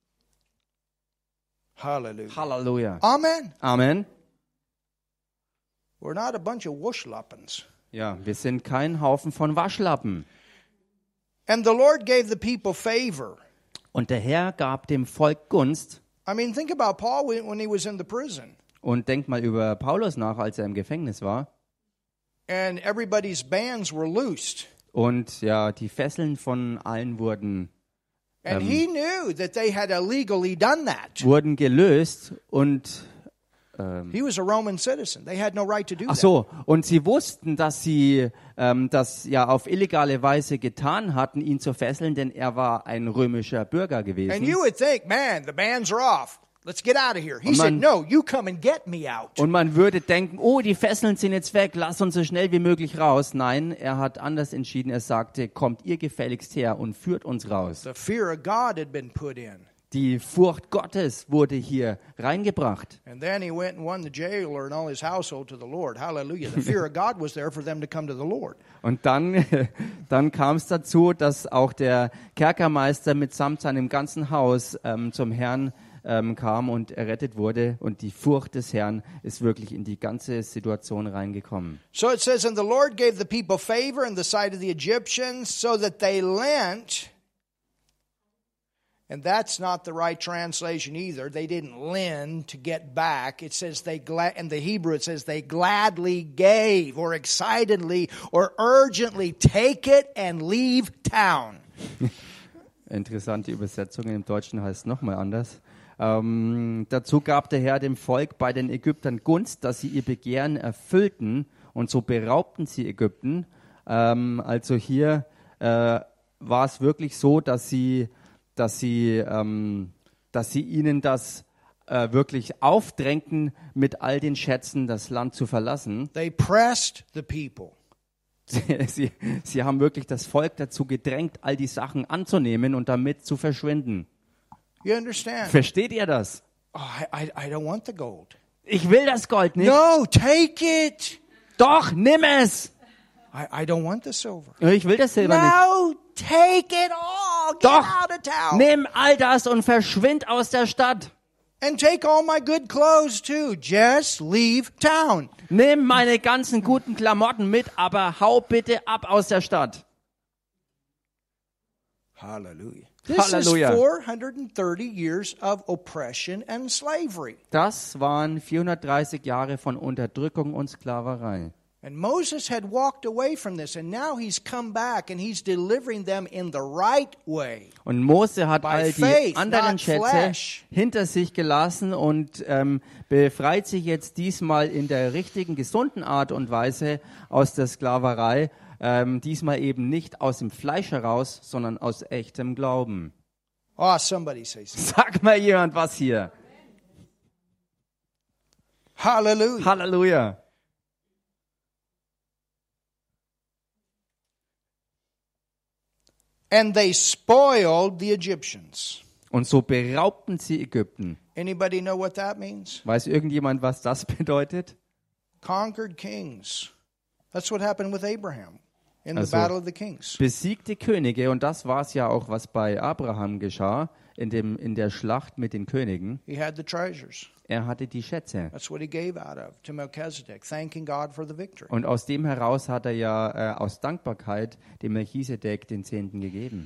Hallelujah. Halleluja. Amen. Amen. We're not a bunch of wushlappens. Ja, wir sind kein Haufen von Waschlappen. And the Lord gave the people favor. Und der Herr gab dem Volk Gunst. I mean, think about Paul when when he was in the prison. Und denk mal über Paulus nach, als er im Gefängnis war. And everybody's bands were loosed. Und ja, die Fesseln von allen wurden, And Um, he knew that they had illegally done that. wurden gelöst. Und ähm, He was a Roman citizen. They had no right to do ach that. so, und sie wussten, dass sie ähm, das ja auf illegale Weise getan hatten, ihn zu fesseln, denn er war ein römischer Bürger And gewesen. you would think, man, the bands are off. Let's get out of here. He Und said, man- no, you come and get me out. Und man würde denken, oh, die Fesseln sind jetzt weg, lass uns so schnell wie möglich raus. Nein, er hat anders entschieden. Er sagte, kommt ihr gefälligst her und führt uns raus. The fear of God had been put in. Die Furcht Gottes wurde hier reingebracht. And then he went and won the jailer and all his household to the Lord. Hallelujah. The fear of God was there for them to come to the Lord. Und dann, dann kam es dazu, dass auch der Kerkermeister mitsamt seinem ganzen Haus ähm, zum Herrn ähm, kam und errettet wurde. Und die Furcht des Herrn ist wirklich in die ganze Situation reingekommen. So it says, and the Lord gave the people favor in the sight of the Egyptians so that they lent. And that's not the right translation either. They didn't lend to get back. It says they glad, in the Hebrew it says they gladly gave or excitedly or urgently take it and leave town. Interessante Übersetzung, im Deutschen heißt es nochmal anders. Ähm, dazu gab der Herr dem Volk bei den Ägyptern Gunst, dass sie ihr Begehren erfüllten und so beraubten sie Ägypten. Ähm, also hier äh, war es wirklich so, dass sie, dass sie, ähm, dass sie ihnen das äh, wirklich aufdrängten, mit all den Schätzen das Land zu verlassen. They pressed the people. Sie, sie, sie haben wirklich das Volk dazu gedrängt, all die Sachen anzunehmen und damit zu verschwinden. You understand? Versteht ihr das? Oh, I, I, I don't want the gold. Ich will das Gold nicht. No, take it. Doch, nimm es. I, I don't want the silver. Ich will das Silber nicht. No, take it all. Get Doch, out of town. nimm all das und verschwind aus der Stadt. And take all my good clothes too. Just leave town. Nimm meine ganzen guten Klamotten mit, aber hau bitte ab aus der Stadt. Hallelujah. This Hallelujah. is four hundred thirty years of oppression and slavery. Das waren vierhundertdreißig Jahre von Unterdrückung und Sklaverei. And Moses had walked away from this, and now he's come back and he's delivering them in the right way. Und Mose hat By all die faith, anderen not Schätze flesh. hinter sich gelassen und ähm, befreit sich jetzt diesmal in der richtigen, gesunden Art und Weise aus der Sklaverei. Ähm, diesmal eben nicht aus dem Fleisch heraus, sondern aus echtem Glauben. Oh, somebody say something. Sag mal jemand was hier. Hallelujah. Halleluja. And they spoiled the Egyptians. Und so beraubten sie Ägypten. Anybody know what that means? Weiß irgendjemand, was das bedeutet? Conquered kings. That's what happened with Abraham in the Also, Battle of the Kings. Besiegte Könige, und das war es ja auch, was bei Abraham geschah, in, dem, in der Schlacht mit den Königen. He had the treasures. Er hatte die Schätze. That's what he gave out of to Melchizedek, thanking God for the victory. Und aus dem heraus hat er ja äh, aus Dankbarkeit dem Melchisedek den Zehnten gegeben.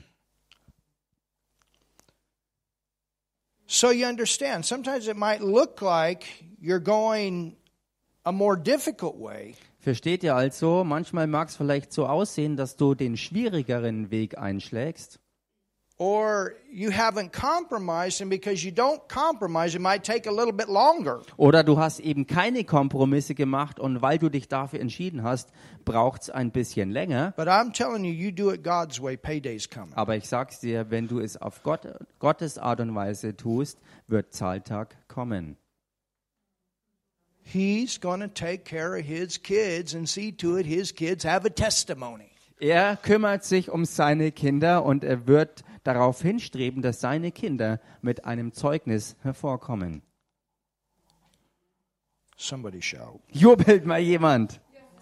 So you understand, sometimes it might look like you're going a more difficult way. Versteht ihr also? Manchmal mag es vielleicht so aussehen, dass du den schwierigeren Weg einschlägst. Or you haven't compromised, and because you don't compromise, it might take a little bit longer. Oder du hast eben keine Kompromisse gemacht und weil du dich dafür entschieden hast, braucht es ein bisschen länger. But I'm telling you, you do it God's way, payday's coming. Aber ich sag's dir, wenn du es auf Gott, Gottes Art und Weise tust, wird Zahltag kommen. He's going to take care of his kids and see to it his kids have a testimony. Er kümmert sich um seine Kinder und er wird darauf hinstreben, dass seine Kinder mit einem Zeugnis hervorkommen. Somebody shout. Jubelt mal jemand.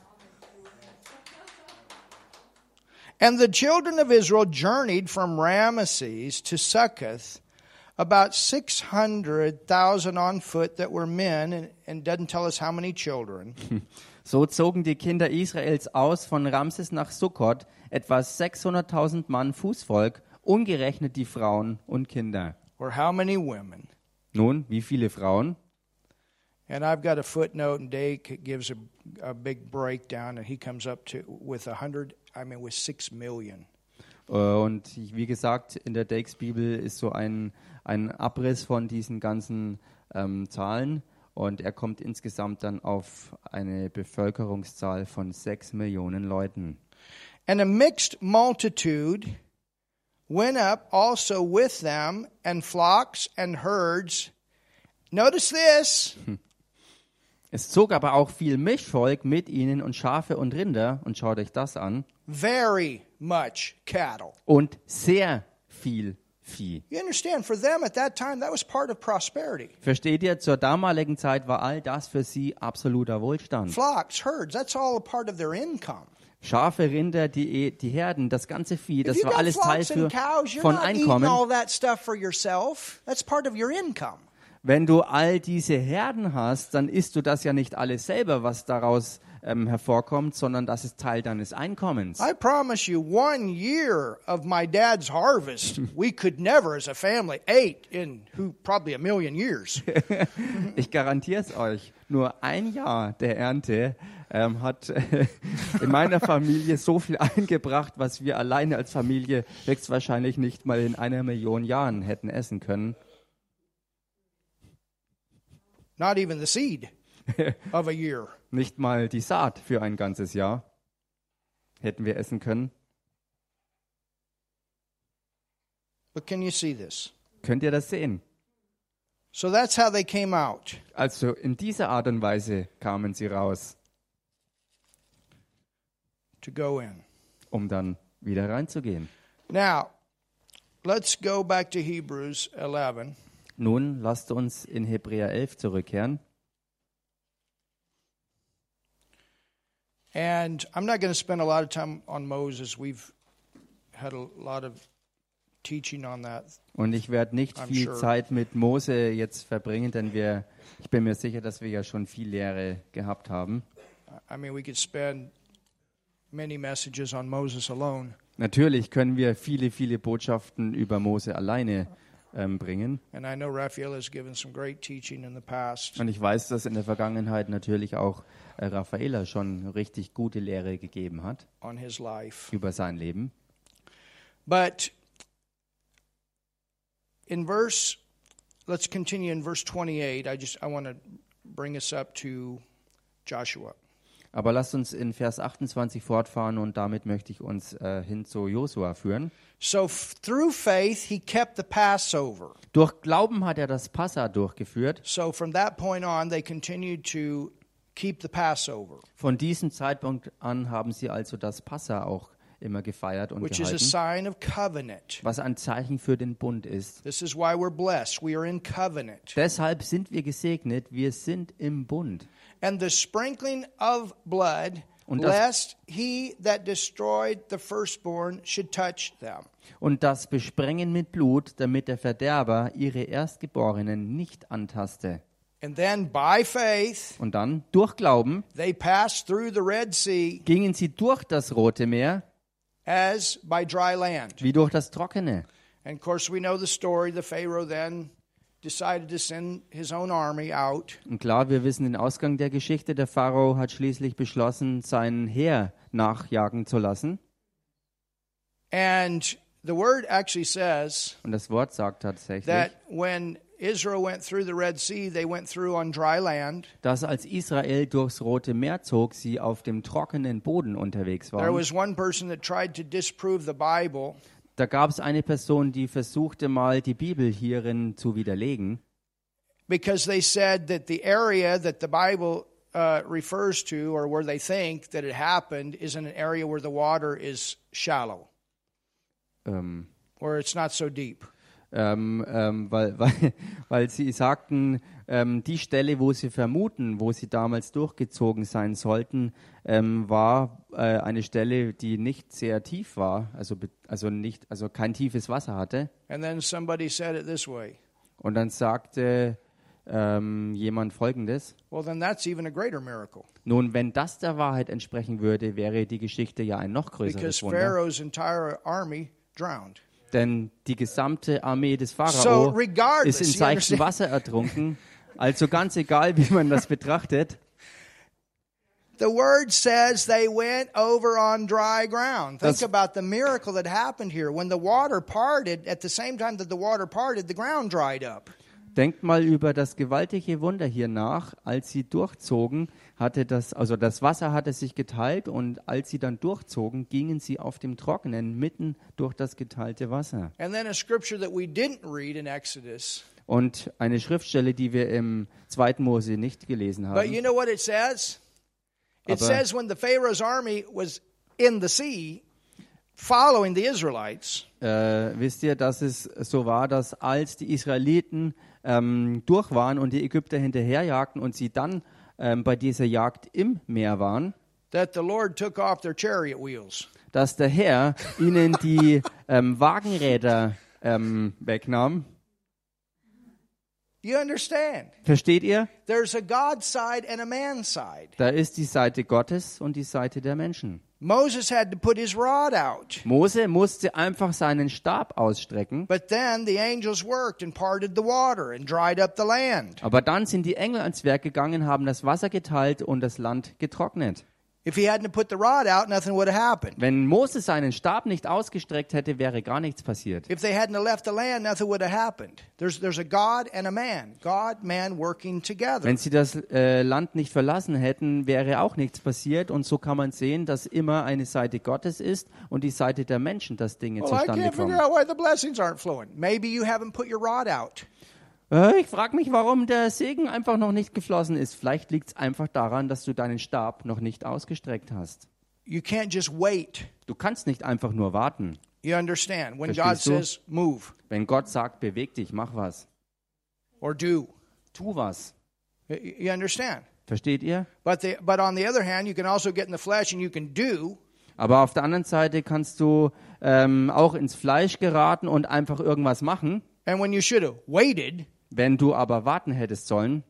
And the children of Israel journeyed from Ramesses to Succoth, about six hundred thousand on foot that were men, and, and doesn't tell us how many children. So zogen die Kinder Israels aus von Ramses nach Sukkot, etwa sechshunderttausend Mann Fußvolk, ungerechnet die Frauen und Kinder. Or how many women. Nun, wie viele Frauen? And I've got a footnote, and Dave gives a, a big breakdown, and he comes up to with a hundred, I mean with six million. Und wie gesagt, in der Dakes Bibel ist so ein, ein Abriss von diesen ganzen ähm, Zahlen. Und er kommt insgesamt dann auf eine Bevölkerungszahl von sechs Millionen Leuten. And a mixed multitude went up also with them, and flocks and herds. Notice this. Es zog aber auch viel Mischvolk mit ihnen und Schafe und Rinder. Und schaut euch das an. Very much cattle. Und sehr viel Vieh. You understand, for them at that time, that was part of prosperity. Versteht ihr, zur damaligen Zeit war all das für sie absoluter Wohlstand. Flocks, herds, that's all a part of their income. Schafe, Rinder, die, die Herden, das ganze Vieh, If das you war got alles Teil flocks für, and cows, you're von not eating Einkommen. all that stuff for yourself. That's part of your income. Wenn du all diese Herden hast, dann isst du das ja nicht alles selber, was daraus ähm, hervorkommt, sondern das ist Teil deines Einkommens. I promise you, one year of my dad's harvest, we could never, as a family, ate in who probably a million years. Ich garantiere es euch, nur ein Jahr der Ernte ähm, hat äh, in meiner Familie so viel eingebracht, was wir alleine als Familie höchstwahrscheinlich nicht mal in einer Million Jahren hätten essen können. not even the seed of a year. Nicht mal die Saat für ein ganzes Jahr hätten wir essen können. But can you see this? Könnt ihr das sehen? So that's how they came out. Also in dieser Art und Weise kamen sie raus, To go in. um dann wieder reinzugehen. Now, let's go back to Hebrews eleven. Nun lasst uns in Hebräer elf zurückkehren. And I'm not going to spend a lot of time on Moses. We've had a lot of teaching on that. Und ich werde nicht I'm viel sure. Zeit mit Mose jetzt verbringen, denn wir, ich bin mir sicher, dass wir ja schon viel Lehre gehabt haben. I mean, we could spend many messages on Moses alone. Natürlich können wir viele, viele Botschaften über Mose alleine ähm, bringen. And I know Raphael has given some great teaching in the past. Und ich weiß, dass in der Vergangenheit natürlich auch äh, Raffaella schon richtig gute Lehre gegeben hat On his life. über sein Leben. But in verse, let's continue in verse twenty-eight. I just, I want to bring us up to Joshua. Aber lasst uns in Vers achtundzwanzig fortfahren und damit möchte ich uns äh, hin zu Josua führen. So f- through faith, he kept the Passover. Durch Glauben hat er das Passa durchgeführt. So from that point on, they continued to keep the Passover, Von diesem Zeitpunkt an haben sie also das Passa auch immer gefeiert und which is a gehalten, sign of covenant. was ein Zeichen für den Bund ist. This is why we're blessed. We are in covenant. Deshalb sind wir gesegnet, wir sind im Bund. And the sprinkling of blood, Und das- lest he that destroyed the firstborn should touch them. Und das Besprengen mit Blut, damit der Verderber ihre Erstgeborenen nicht antaste. And then by faith, Und dann, durch Glauben, they passed through the Red Sea gingen sie durch das Rote Meer as by dry land. wie durch das Trockene. And of course, we know the story. The Pharaoh then decided to send his own army out. Und klar, wir wissen den Ausgang der Geschichte. Der Pharao hat schließlich beschlossen, sein Heer nachjagen zu lassen. And the word actually says Und das Wort sagt tatsächlich, that when Israel went through the Red Sea, they went through on dry land. dass als Israel durchs Rote Meer zog, sie auf dem trockenen Boden unterwegs There waren. was one person that tried to disprove the Bible, Da gab es eine Person, die versuchte mal, die Bibel hierin zu widerlegen. because they said that the area that the Bible uh, refers to, or where they think that it happened, is in an area where the water is shallow, Ähm, where it's not so deep. ähm, ähm, weil, weil, weil sie sagten, ähm, die Stelle, wo sie vermuten, wo sie damals durchgezogen sein sollten, ähm, war äh, eine Stelle, die nicht sehr tief war, also, be- also, nicht, also kein tiefes Wasser hatte. And then somebody said it this way: Und dann sagte ähm, jemand Folgendes: well, then that's even a greater miracle, Nun, wenn das der Wahrheit entsprechen würde, wäre die Geschichte ja ein noch because größeres Wunder. Pharaoh's entire army drowned. Denn die gesamte Armee des So, Pharao regardless, ist in you seichtem understand? Wasser ertrunken. Also ganz egal, wie man das betrachtet. The word says they went over on dry ground. Think Das- about the miracle that happened here. When the water parted, at the same time that the water parted, the ground dried up. Denkt mal über das gewaltige Wunder hier nach. Als sie durchzogen, hatte das, also das Wasser hatte sich geteilt und als sie dann durchzogen, gingen sie auf dem Trockenen mitten durch das geteilte Wasser. And then a scripture that we didn't read in Exodus. Und eine Schriftstelle, die wir im zweiten Mose nicht gelesen But you haben. know what it says? It Aber- says when the Pharaoh's army was in the sea following the Israelites, Äh, wisst ihr, dass es so war, dass als die Israeliten ähm, durch waren und die Ägypter hinterherjagten und sie dann ähm, bei dieser Jagd im Meer waren, that the Lord took off their chariot wheels. dass der Herr ihnen die ähm, Wagenräder ähm, wegnahm. You understand? Versteht ihr? There's a God side and a man side. Da ist die Seite Gottes und die Seite der Menschen. Moses had to put his rod out. Mose musste einfach seinen Stab ausstrecken, But then the angels worked and parted the water and dried up the land. aber dann sind die Engel ans Werk gegangen, haben das Wasser geteilt und das Land getrocknet. If he hadn't put the rod out, nothing would have happened. Wenn Mose seinen Stab nicht ausgestreckt hätte, wäre gar nichts passiert. If they hadn't left the land, nothing would have happened. There's there's a God and a man. God, man working together. Wenn sie das äh, Land nicht verlassen hätten, wäre auch nichts passiert. Und so kann man sehen, dass immer eine Seite Gottes ist und die Seite der Menschen, dass Dinge Well, I zustande can't figure kommen. out why the blessings aren't flowing. Maybe you haven't put your rod out. Äh, ich frage mich, warum der Segen einfach noch nicht geflossen ist. Vielleicht liegt es einfach daran, dass du deinen Stab noch nicht ausgestreckt hast. You can't just wait. Du kannst nicht einfach nur warten. You understand? When God Verstehst du? says move Wenn Gott sagt, beweg dich, mach was, or do, tu was. you you understand? Versteht ihr? But the, but on the other hand, you can also get in the flesh and you can do. Aber auf der anderen Seite kannst du ähm, auch ins Fleisch geraten und einfach irgendwas machen. And when you should have waited, Wenn du aber warten hättest sollen,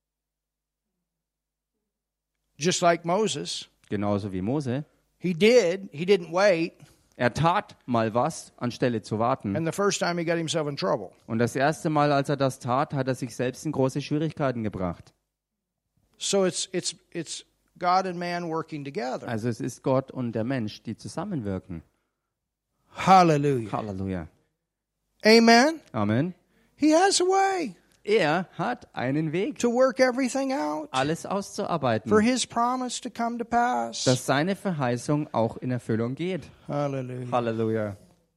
just like Moses, genauso wie Mose, he did. He didn't wait. er tat mal was, anstelle zu warten. And the first time he got himself in trouble. Und das erste Mal, als er das tat, hat er sich selbst in große Schwierigkeiten gebracht. So it's it's it's God and man working together. Also es ist Gott und der Mensch, die zusammenwirken. Hallelujah. Halleluja. Amen. Amen. He has a way Er hat einen Weg, to work everything out alles auszuarbeiten, for his promise to come to pass. dass seine Verheißung auch in Erfüllung geht. Hallelujah. Halleluja.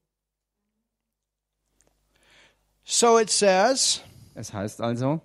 So it says, Es heißt also,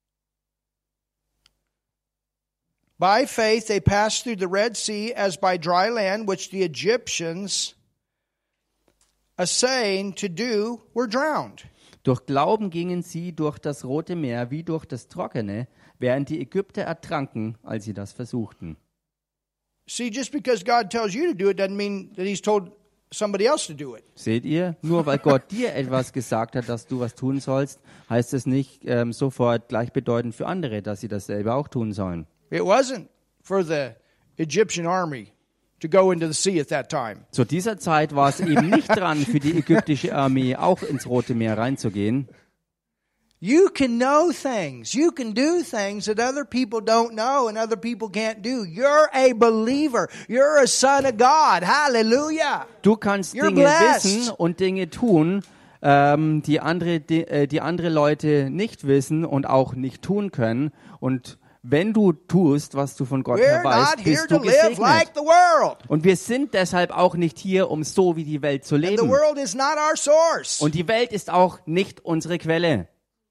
by faith they passed through the Red Sea as by dry land, which the Egyptians, essaying to do, were drowned. durch Glauben gingen sie durch das Rote Meer wie durch das Trockene, während die Ägypter ertranken, als sie das versuchten. See, just because God tells you to do it doesn't mean that he's told somebody else to do it. Seht ihr? Nur weil Gott dir etwas gesagt hat, dass du was tun sollst, heißt es nicht ähm, sofort gleichbedeutend für andere, dass sie dasselbe auch tun sollen. It wasn't for the Egyptian army to go into the sea at that time. Zu dieser Zeit war es eben nicht dran, für die ägyptische Armee auch ins Rote Meer reinzugehen. You can know things. You can do things that other people don't know and other people can't do. You're a believer. You're a son of God. Hallelujah. Du kannst You're Dinge blessed. wissen und Dinge tun, ähm, die andere, die, äh, die andere Leute nicht wissen und auch nicht tun können. Und wenn du tust, was du von Gott her We're not weißt, here bist to du live like gesegnet. the world. Und wir sind deshalb auch nicht hier, um so wie die Welt zu And the leben. world is not our source. Und die Welt ist auch nicht unsere Quelle.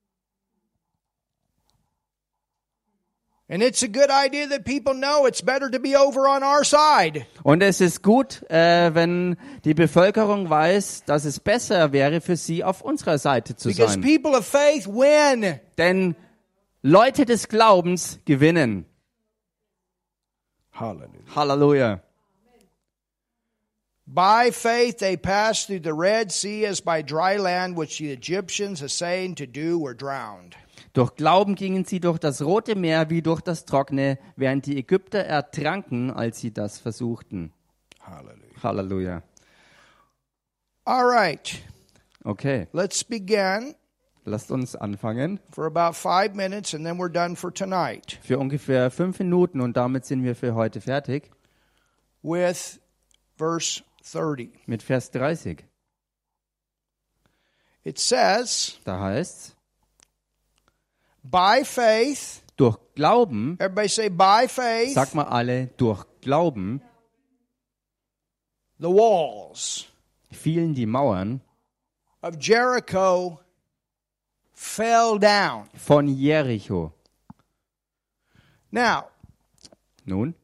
And it's a good idea that people know it's better to be over on our side. Und es ist gut, äh, wenn die Bevölkerung weiß, dass es besser wäre für sie, auf unserer Seite zu Because sein. people of faith win. Denn Leute des Glaubens gewinnen. Hallelujah. Halleluja. By faith they passed through the Red Sea as by dry land, which the Egyptians, essaying to do, were drowned. Durch Glauben gingen sie durch das Rote Meer wie durch das Trockene, während die Ägypter ertranken, als sie das versuchten. Hallelujah. Halleluja. All right. Okay, Let's begin lasst uns anfangen. for about five minutes and then we're done for tonight Für ungefähr fünf Minuten und damit sind wir für heute fertig with verse thirty. mit Vers dreißig. It says, Da heißt's, by faith, durch Glauben, everybody say by faith, sag mal alle, durch Glauben the walls fielen die Mauern of Jericho fell down. von Jericho. Now, Nun,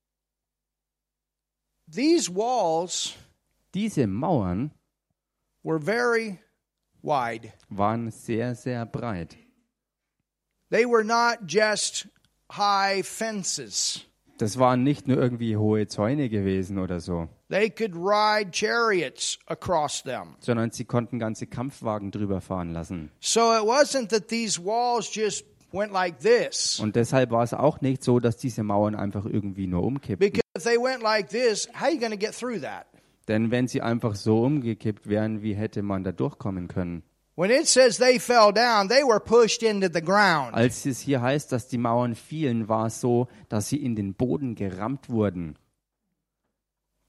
these walls diese Mauern were very wide. waren sehr, sehr breit. They were not just high fences. Das waren nicht nur irgendwie hohe Zäune gewesen oder so, They could ride chariots across them. sondern sie konnten ganze Kampfwagen drüber fahren lassen. So it wasn't that these walls just went like this. Und deshalb war es auch nicht so, dass diese Mauern einfach irgendwie nur umkippten. Because if they went like this, how are you going to get through that? Denn wenn sie einfach so umgekippt wären, wie hätte man da durchkommen können? When it says they fell down, they were pushed into the ground. Als es hier heißt, dass die Mauern fielen, war es so, dass sie in den Boden gerammt wurden.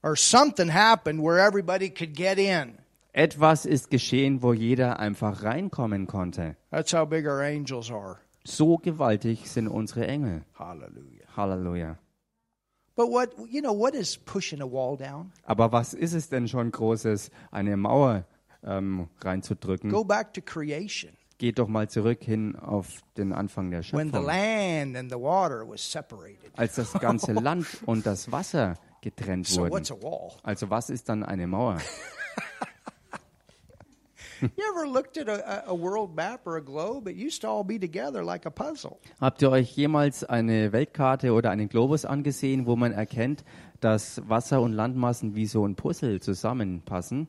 or something happened where everybody could get in. Etwas ist geschehen, wo jeder einfach reinkommen konnte. That's how big our angels are. So gewaltig sind unsere Engel. Hallelujah. Halleluja. But what, you know, what is pushing a wall down? Aber was ist es denn schon Großes, eine Mauer ähm, reinzudrücken? Go back to creation. Geht doch mal zurück hin auf den Anfang der When the Schöpfung. land and the water was separated. Als das ganze Land und das Wasser getrennt So wurden. what's a wall? Also was ist dann eine Mauer? You ever looked at a, a world map or a globe? It used to all be together like a puzzle. Habt ihr euch jemals eine Weltkarte oder einen Globus angesehen, wo man erkennt, dass Wasser- und Landmassen wie so ein Puzzle zusammenpassen?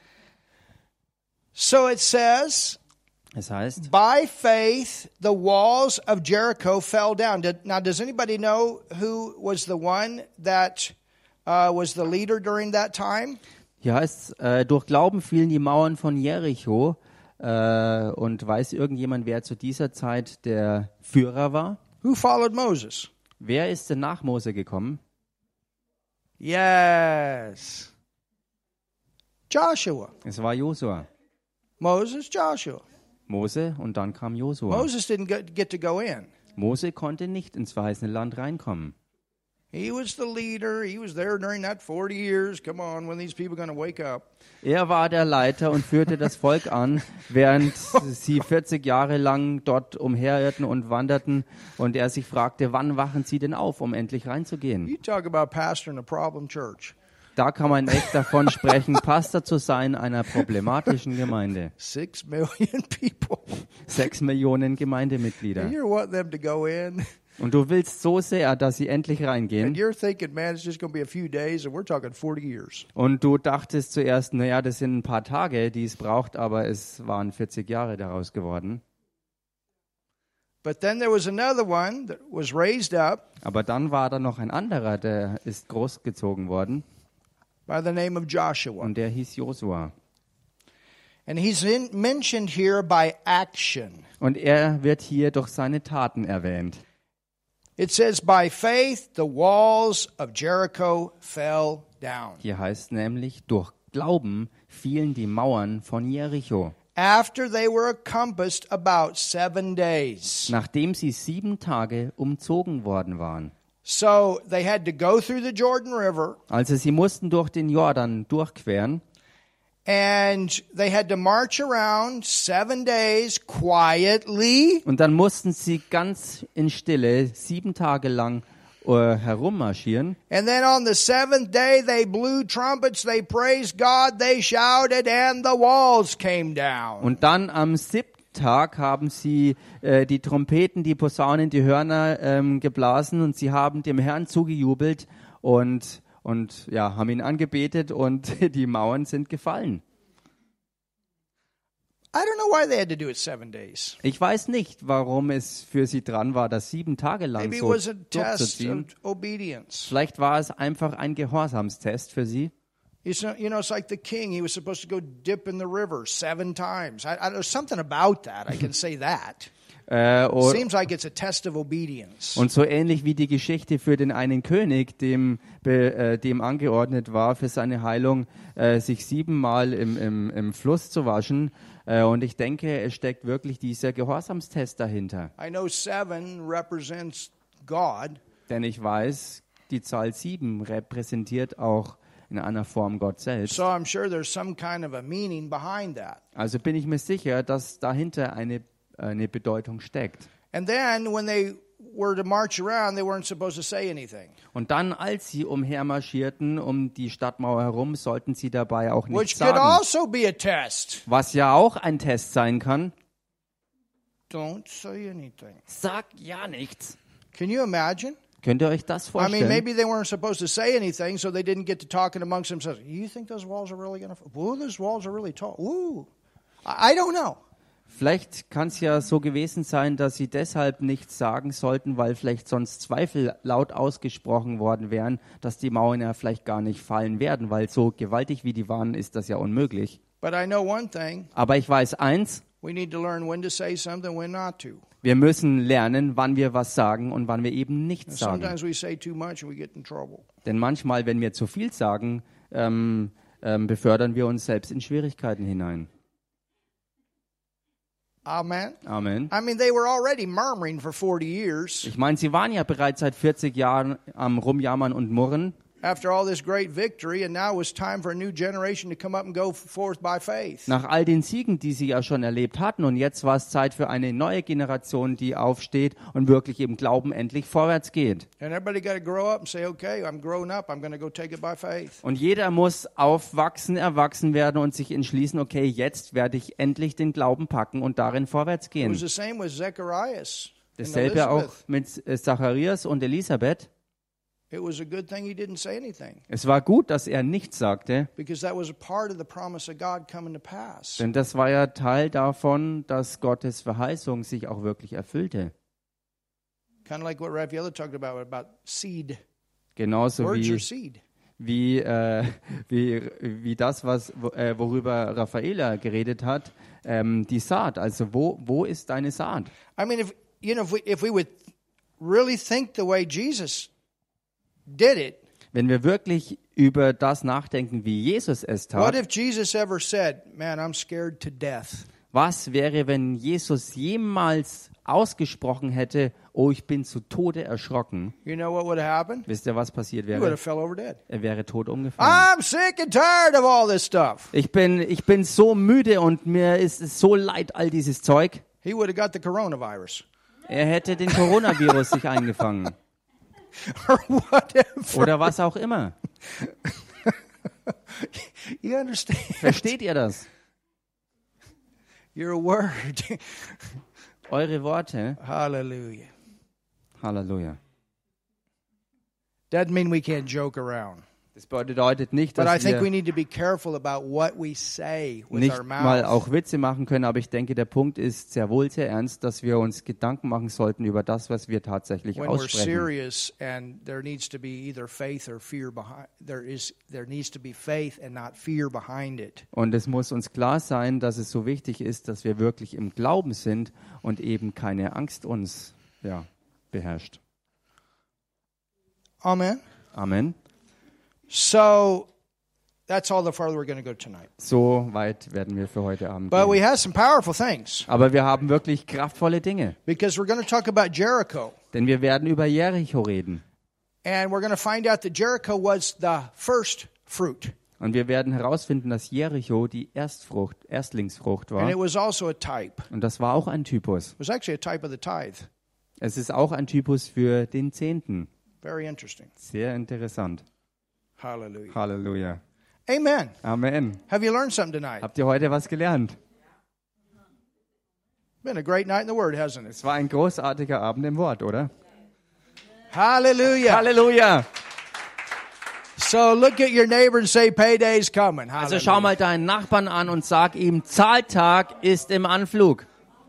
So it says, Es heißt, by faith the walls of Jericho fell down. Did, now, does anybody know who was the one that uh, was the leader during that time? hier heißt äh, durch Glauben fielen die Mauern von Jericho. Äh, und weiß irgendjemand, wer zu dieser Zeit der Führer war? Who followed Moses? Wer ist denn nach Mose gekommen? Yes. Joshua. Es war Josua. Moses, Joshua. Mose und dann kam Josua. Moses didn't get, get to go in. Mose konnte nicht ins verheißene Land reinkommen. He was the leader. He was there during that forty years. Come on, when these people going to wake up? Er war der Leiter und führte das Volk an, während sie vierzig Jahre lang dort umherirrten und wanderten und er sich fragte, wann wachen sie denn auf, um endlich reinzugehen? You talk about pastoring a problem church. Da kann man echt davon sprechen, Pastor zu sein einer problematischen Gemeinde. Six million people. Sechs Millionen Gemeindemitglieder. And you're wanting them to go in. Und du willst so sehr, dass sie endlich And reingehen. you're thinking, man, it's just going to be a few days, and we're talking forty years. Und du dachtest zuerst, naja, das sind ein paar Tage, die es braucht, aber es waren vierzig Jahre daraus geworden. But then there was another one that was raised up Aber dann war da noch ein anderer, der ist großgezogen worden by the name of Joshua. und der hieß Josua. And he's in, mentioned here by action. Und er wird hier durch seine Taten erwähnt. It says, by faith the walls of Jericho fell down. Hier heißt nämlich, durch Glauben fielen die Mauern von Jericho. After they were encompassed about seven days. Nachdem sie sieben Tage umzogen worden waren. So they had to go through the Jordan River, Also sie mussten durch den Jordan durchqueren. and they had to march around seven days quietly. Und dann mussten sie ganz in Stille sieben Tage lang äh, herummarschieren. And then on the seventh day they blew trumpets, they praised God, they shouted, and the walls came down. Und dann am siebten Tag haben sie äh, die Trompeten, die Posaunen, die Hörner ähm, geblasen und sie haben dem Herrn zugejubelt und und ja, haben ihn angebetet und die Mauern sind gefallen. I don't know why they had to do it seven days. Ich weiß nicht, warum es für sie dran war, das sieben Tage lang Maybe it so was a test durchzuziehen. of obedience. Vielleicht war es einfach ein Gehorsamstest für sie. You know, you know, it's like the king. He was supposed to go dip in the river seven times. I, I, there's something about that. I can say that. Äh, und, Seems like it's a test of obedience. und so ähnlich wie die Geschichte für den einen König, dem, be, äh, dem angeordnet war, für seine Heilung, äh, sich siebenmal im, im, im Fluss zu waschen. Äh, und ich denke, es steckt wirklich dieser Gehorsamstest dahinter. I know seven represents God. Denn ich weiß, die Zahl sieben repräsentiert auch in einer Form Gott selbst. So I'm sure there's some kind of a meaning behind that. Also bin ich mir sicher, dass dahinter eine, eine Bedeutung steckt. And then when they were to march around, they weren't supposed to say anything. Und dann, als sie umhermarschierten um die Stadtmauer herum, sollten sie dabei auch Which nichts could sagen. also be a test. Was ja auch ein Test sein kann. Don't say anything. Sag ja nichts. Can you imagine? Könnt ihr euch das I mean, vorstellen? maybe they weren't supposed to say anything, so they didn't get to talking amongst themselves. You think those walls are really going to... Whoa, those walls are really tall. Ooh. I I don't know. Vielleicht kann es ja so gewesen sein, dass sie deshalb nichts sagen sollten, weil vielleicht sonst Zweifel laut ausgesprochen worden wären, dass die Mauern ja vielleicht gar nicht fallen werden, weil so gewaltig wie die waren, ist das ja unmöglich. But I know one thing. Aber ich weiß eins, We need to learn when to say something, when not to. Wir müssen lernen, wann wir was sagen und wann wir eben nichts sagen. Sometimes we say too much and we get in trouble. Denn manchmal, wenn wir zu viel sagen, ähm, ähm, befördern wir uns selbst in Schwierigkeiten hinein. Amen. Amen. I mean, they were already murmuring for forty years Ich meine, sie waren ja bereits seit vierzig Jahren am Rumjammern und Murren. after all this great victory, and now it was time for a new generation to come up and go forth by faith. Nach all den Siegen, die sie ja schon erlebt hatten. Und jetzt war es Zeit für eine neue Generation, die aufsteht und wirklich im Glauben endlich vorwärts geht. And everybody got to grow up and say, okay, I'm grown up. I'm going to go take it by faith. Und jeder muss aufwachsen, erwachsen werden und sich entschließen, okay, jetzt werde ich endlich den Glauben packen und darin vorwärts It was gehen. the same with Zacharias and Dasselbe auch Elizabeth. mit äh, Zacharias und Elisabeth. It was a good thing he didn't say anything, Es war gut, dass er nichts sagte, because that was a part of the promise of God coming to pass. denn das war ja Teil davon, dass Gottes Verheißung sich auch wirklich erfüllte. Kind of like what Raphael talked about, about seed. Genauso Words are wie, seed. wie, äh, wie, wie das, was, wo- äh, worüber Raffaela geredet hat, ähm, die Saat. Also wo, wo ist deine Saat? I mean, if you know, if we, if we would really think the way Jesus did it, Wenn wir wirklich über das nachdenken, wie Jesus es what tat, if Jesus ever said, "Man, I'm scared to death"? was wäre, wenn Jesus jemals ausgesprochen hätte, oh, ich bin zu Tode erschrocken? You know what would have happened? Wisst ihr, was passiert He would wäre? have fell over dead. Er wäre tot umgefallen. I'm sick and tired of all this stuff. Ich bin, ich bin so müde und mir ist es so leid, all dieses Zeug. He would have got the coronavirus Er hätte den Coronavirus sich eingefangen. or whatever. Oder was auch immer. You understand? Versteht ihr das? Your word. Eure Worte. Hallelujah. Halleluja. Doesn't mean we can't joke around. Das bedeutet nicht, But I dass think we wir need to be careful about what we say with nicht our mal mouth. auch Witze machen können, aber ich denke, der Punkt ist sehr wohl sehr ernst, dass wir uns Gedanken machen sollten über das, was wir tatsächlich When we're aussprechen. serious, and there needs to be either faith or fear behind. There is there needs to be faith and not fear behind it. Und es muss uns klar sein, dass es so wichtig ist, dass wir wirklich im Glauben sind und eben keine Angst uns ja, beherrscht. Amen. Amen. So that's all the farther we're going to go tonight. So weit werden wir für heute Abend But we gehen. have some powerful things, Aber wir haben wirklich kraftvolle Dinge, because we're going to talk about Jericho. denn wir werden über Jericho reden. And we're going to find out that Jericho was the first fruit. Und wir werden herausfinden, dass Jericho die Erstfrucht, Erstlingsfrucht And it war. was also a type. Und das war auch ein Typus. It was actually a type of the tithe. Es ist auch ein Typus für den Zehnten. Very interesting. Sehr interessant. Hallelujah. Halleluja. Amen. Amen. Have you learned something tonight? Habt ihr heute was gelernt? Been a great night in the Word, hasn't it? Es war ein großartiger Abend im Wort, oder? Hallelujah. Halleluja. So look at your neighbor and say, payday's coming. Also Hallelujah. schau mal deinen Nachbarn an und sag ihm, Zahltag ist im Anflug.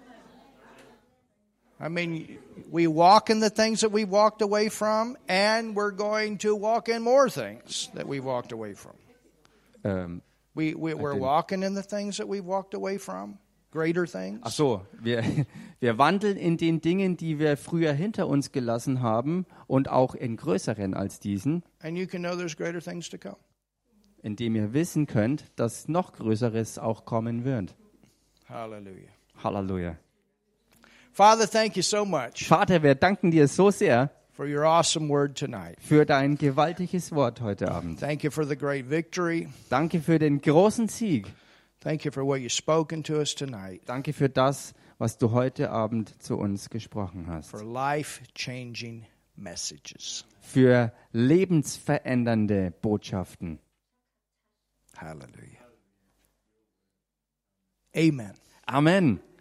I mean, we walk in the things that we walked away from, and we're going to walk in more things that we walked away from. Ähm, We, we, we're didn't- walking in the things that we walked away from, greater things. ach so, wir, wir wandeln in den Dingen, die wir früher hinter uns gelassen haben und auch in größeren als diesen, And you can know there's greater things to come. indem ihr wissen könnt, dass noch Größeres auch kommen wird. Hallelujah. Halleluja. Father, thank you so much Vater, wir danken dir so sehr for your awesome word tonight. für dein gewaltiges Wort heute Abend. Thank you for the great victory. Danke für den großen Sieg. Thank you for what you've spoken to us tonight, Danke für das, was du heute Abend zu uns gesprochen hast. for life-changing messages. Für lebensverändernde Botschaften. Hallelujah. Amen. Amen.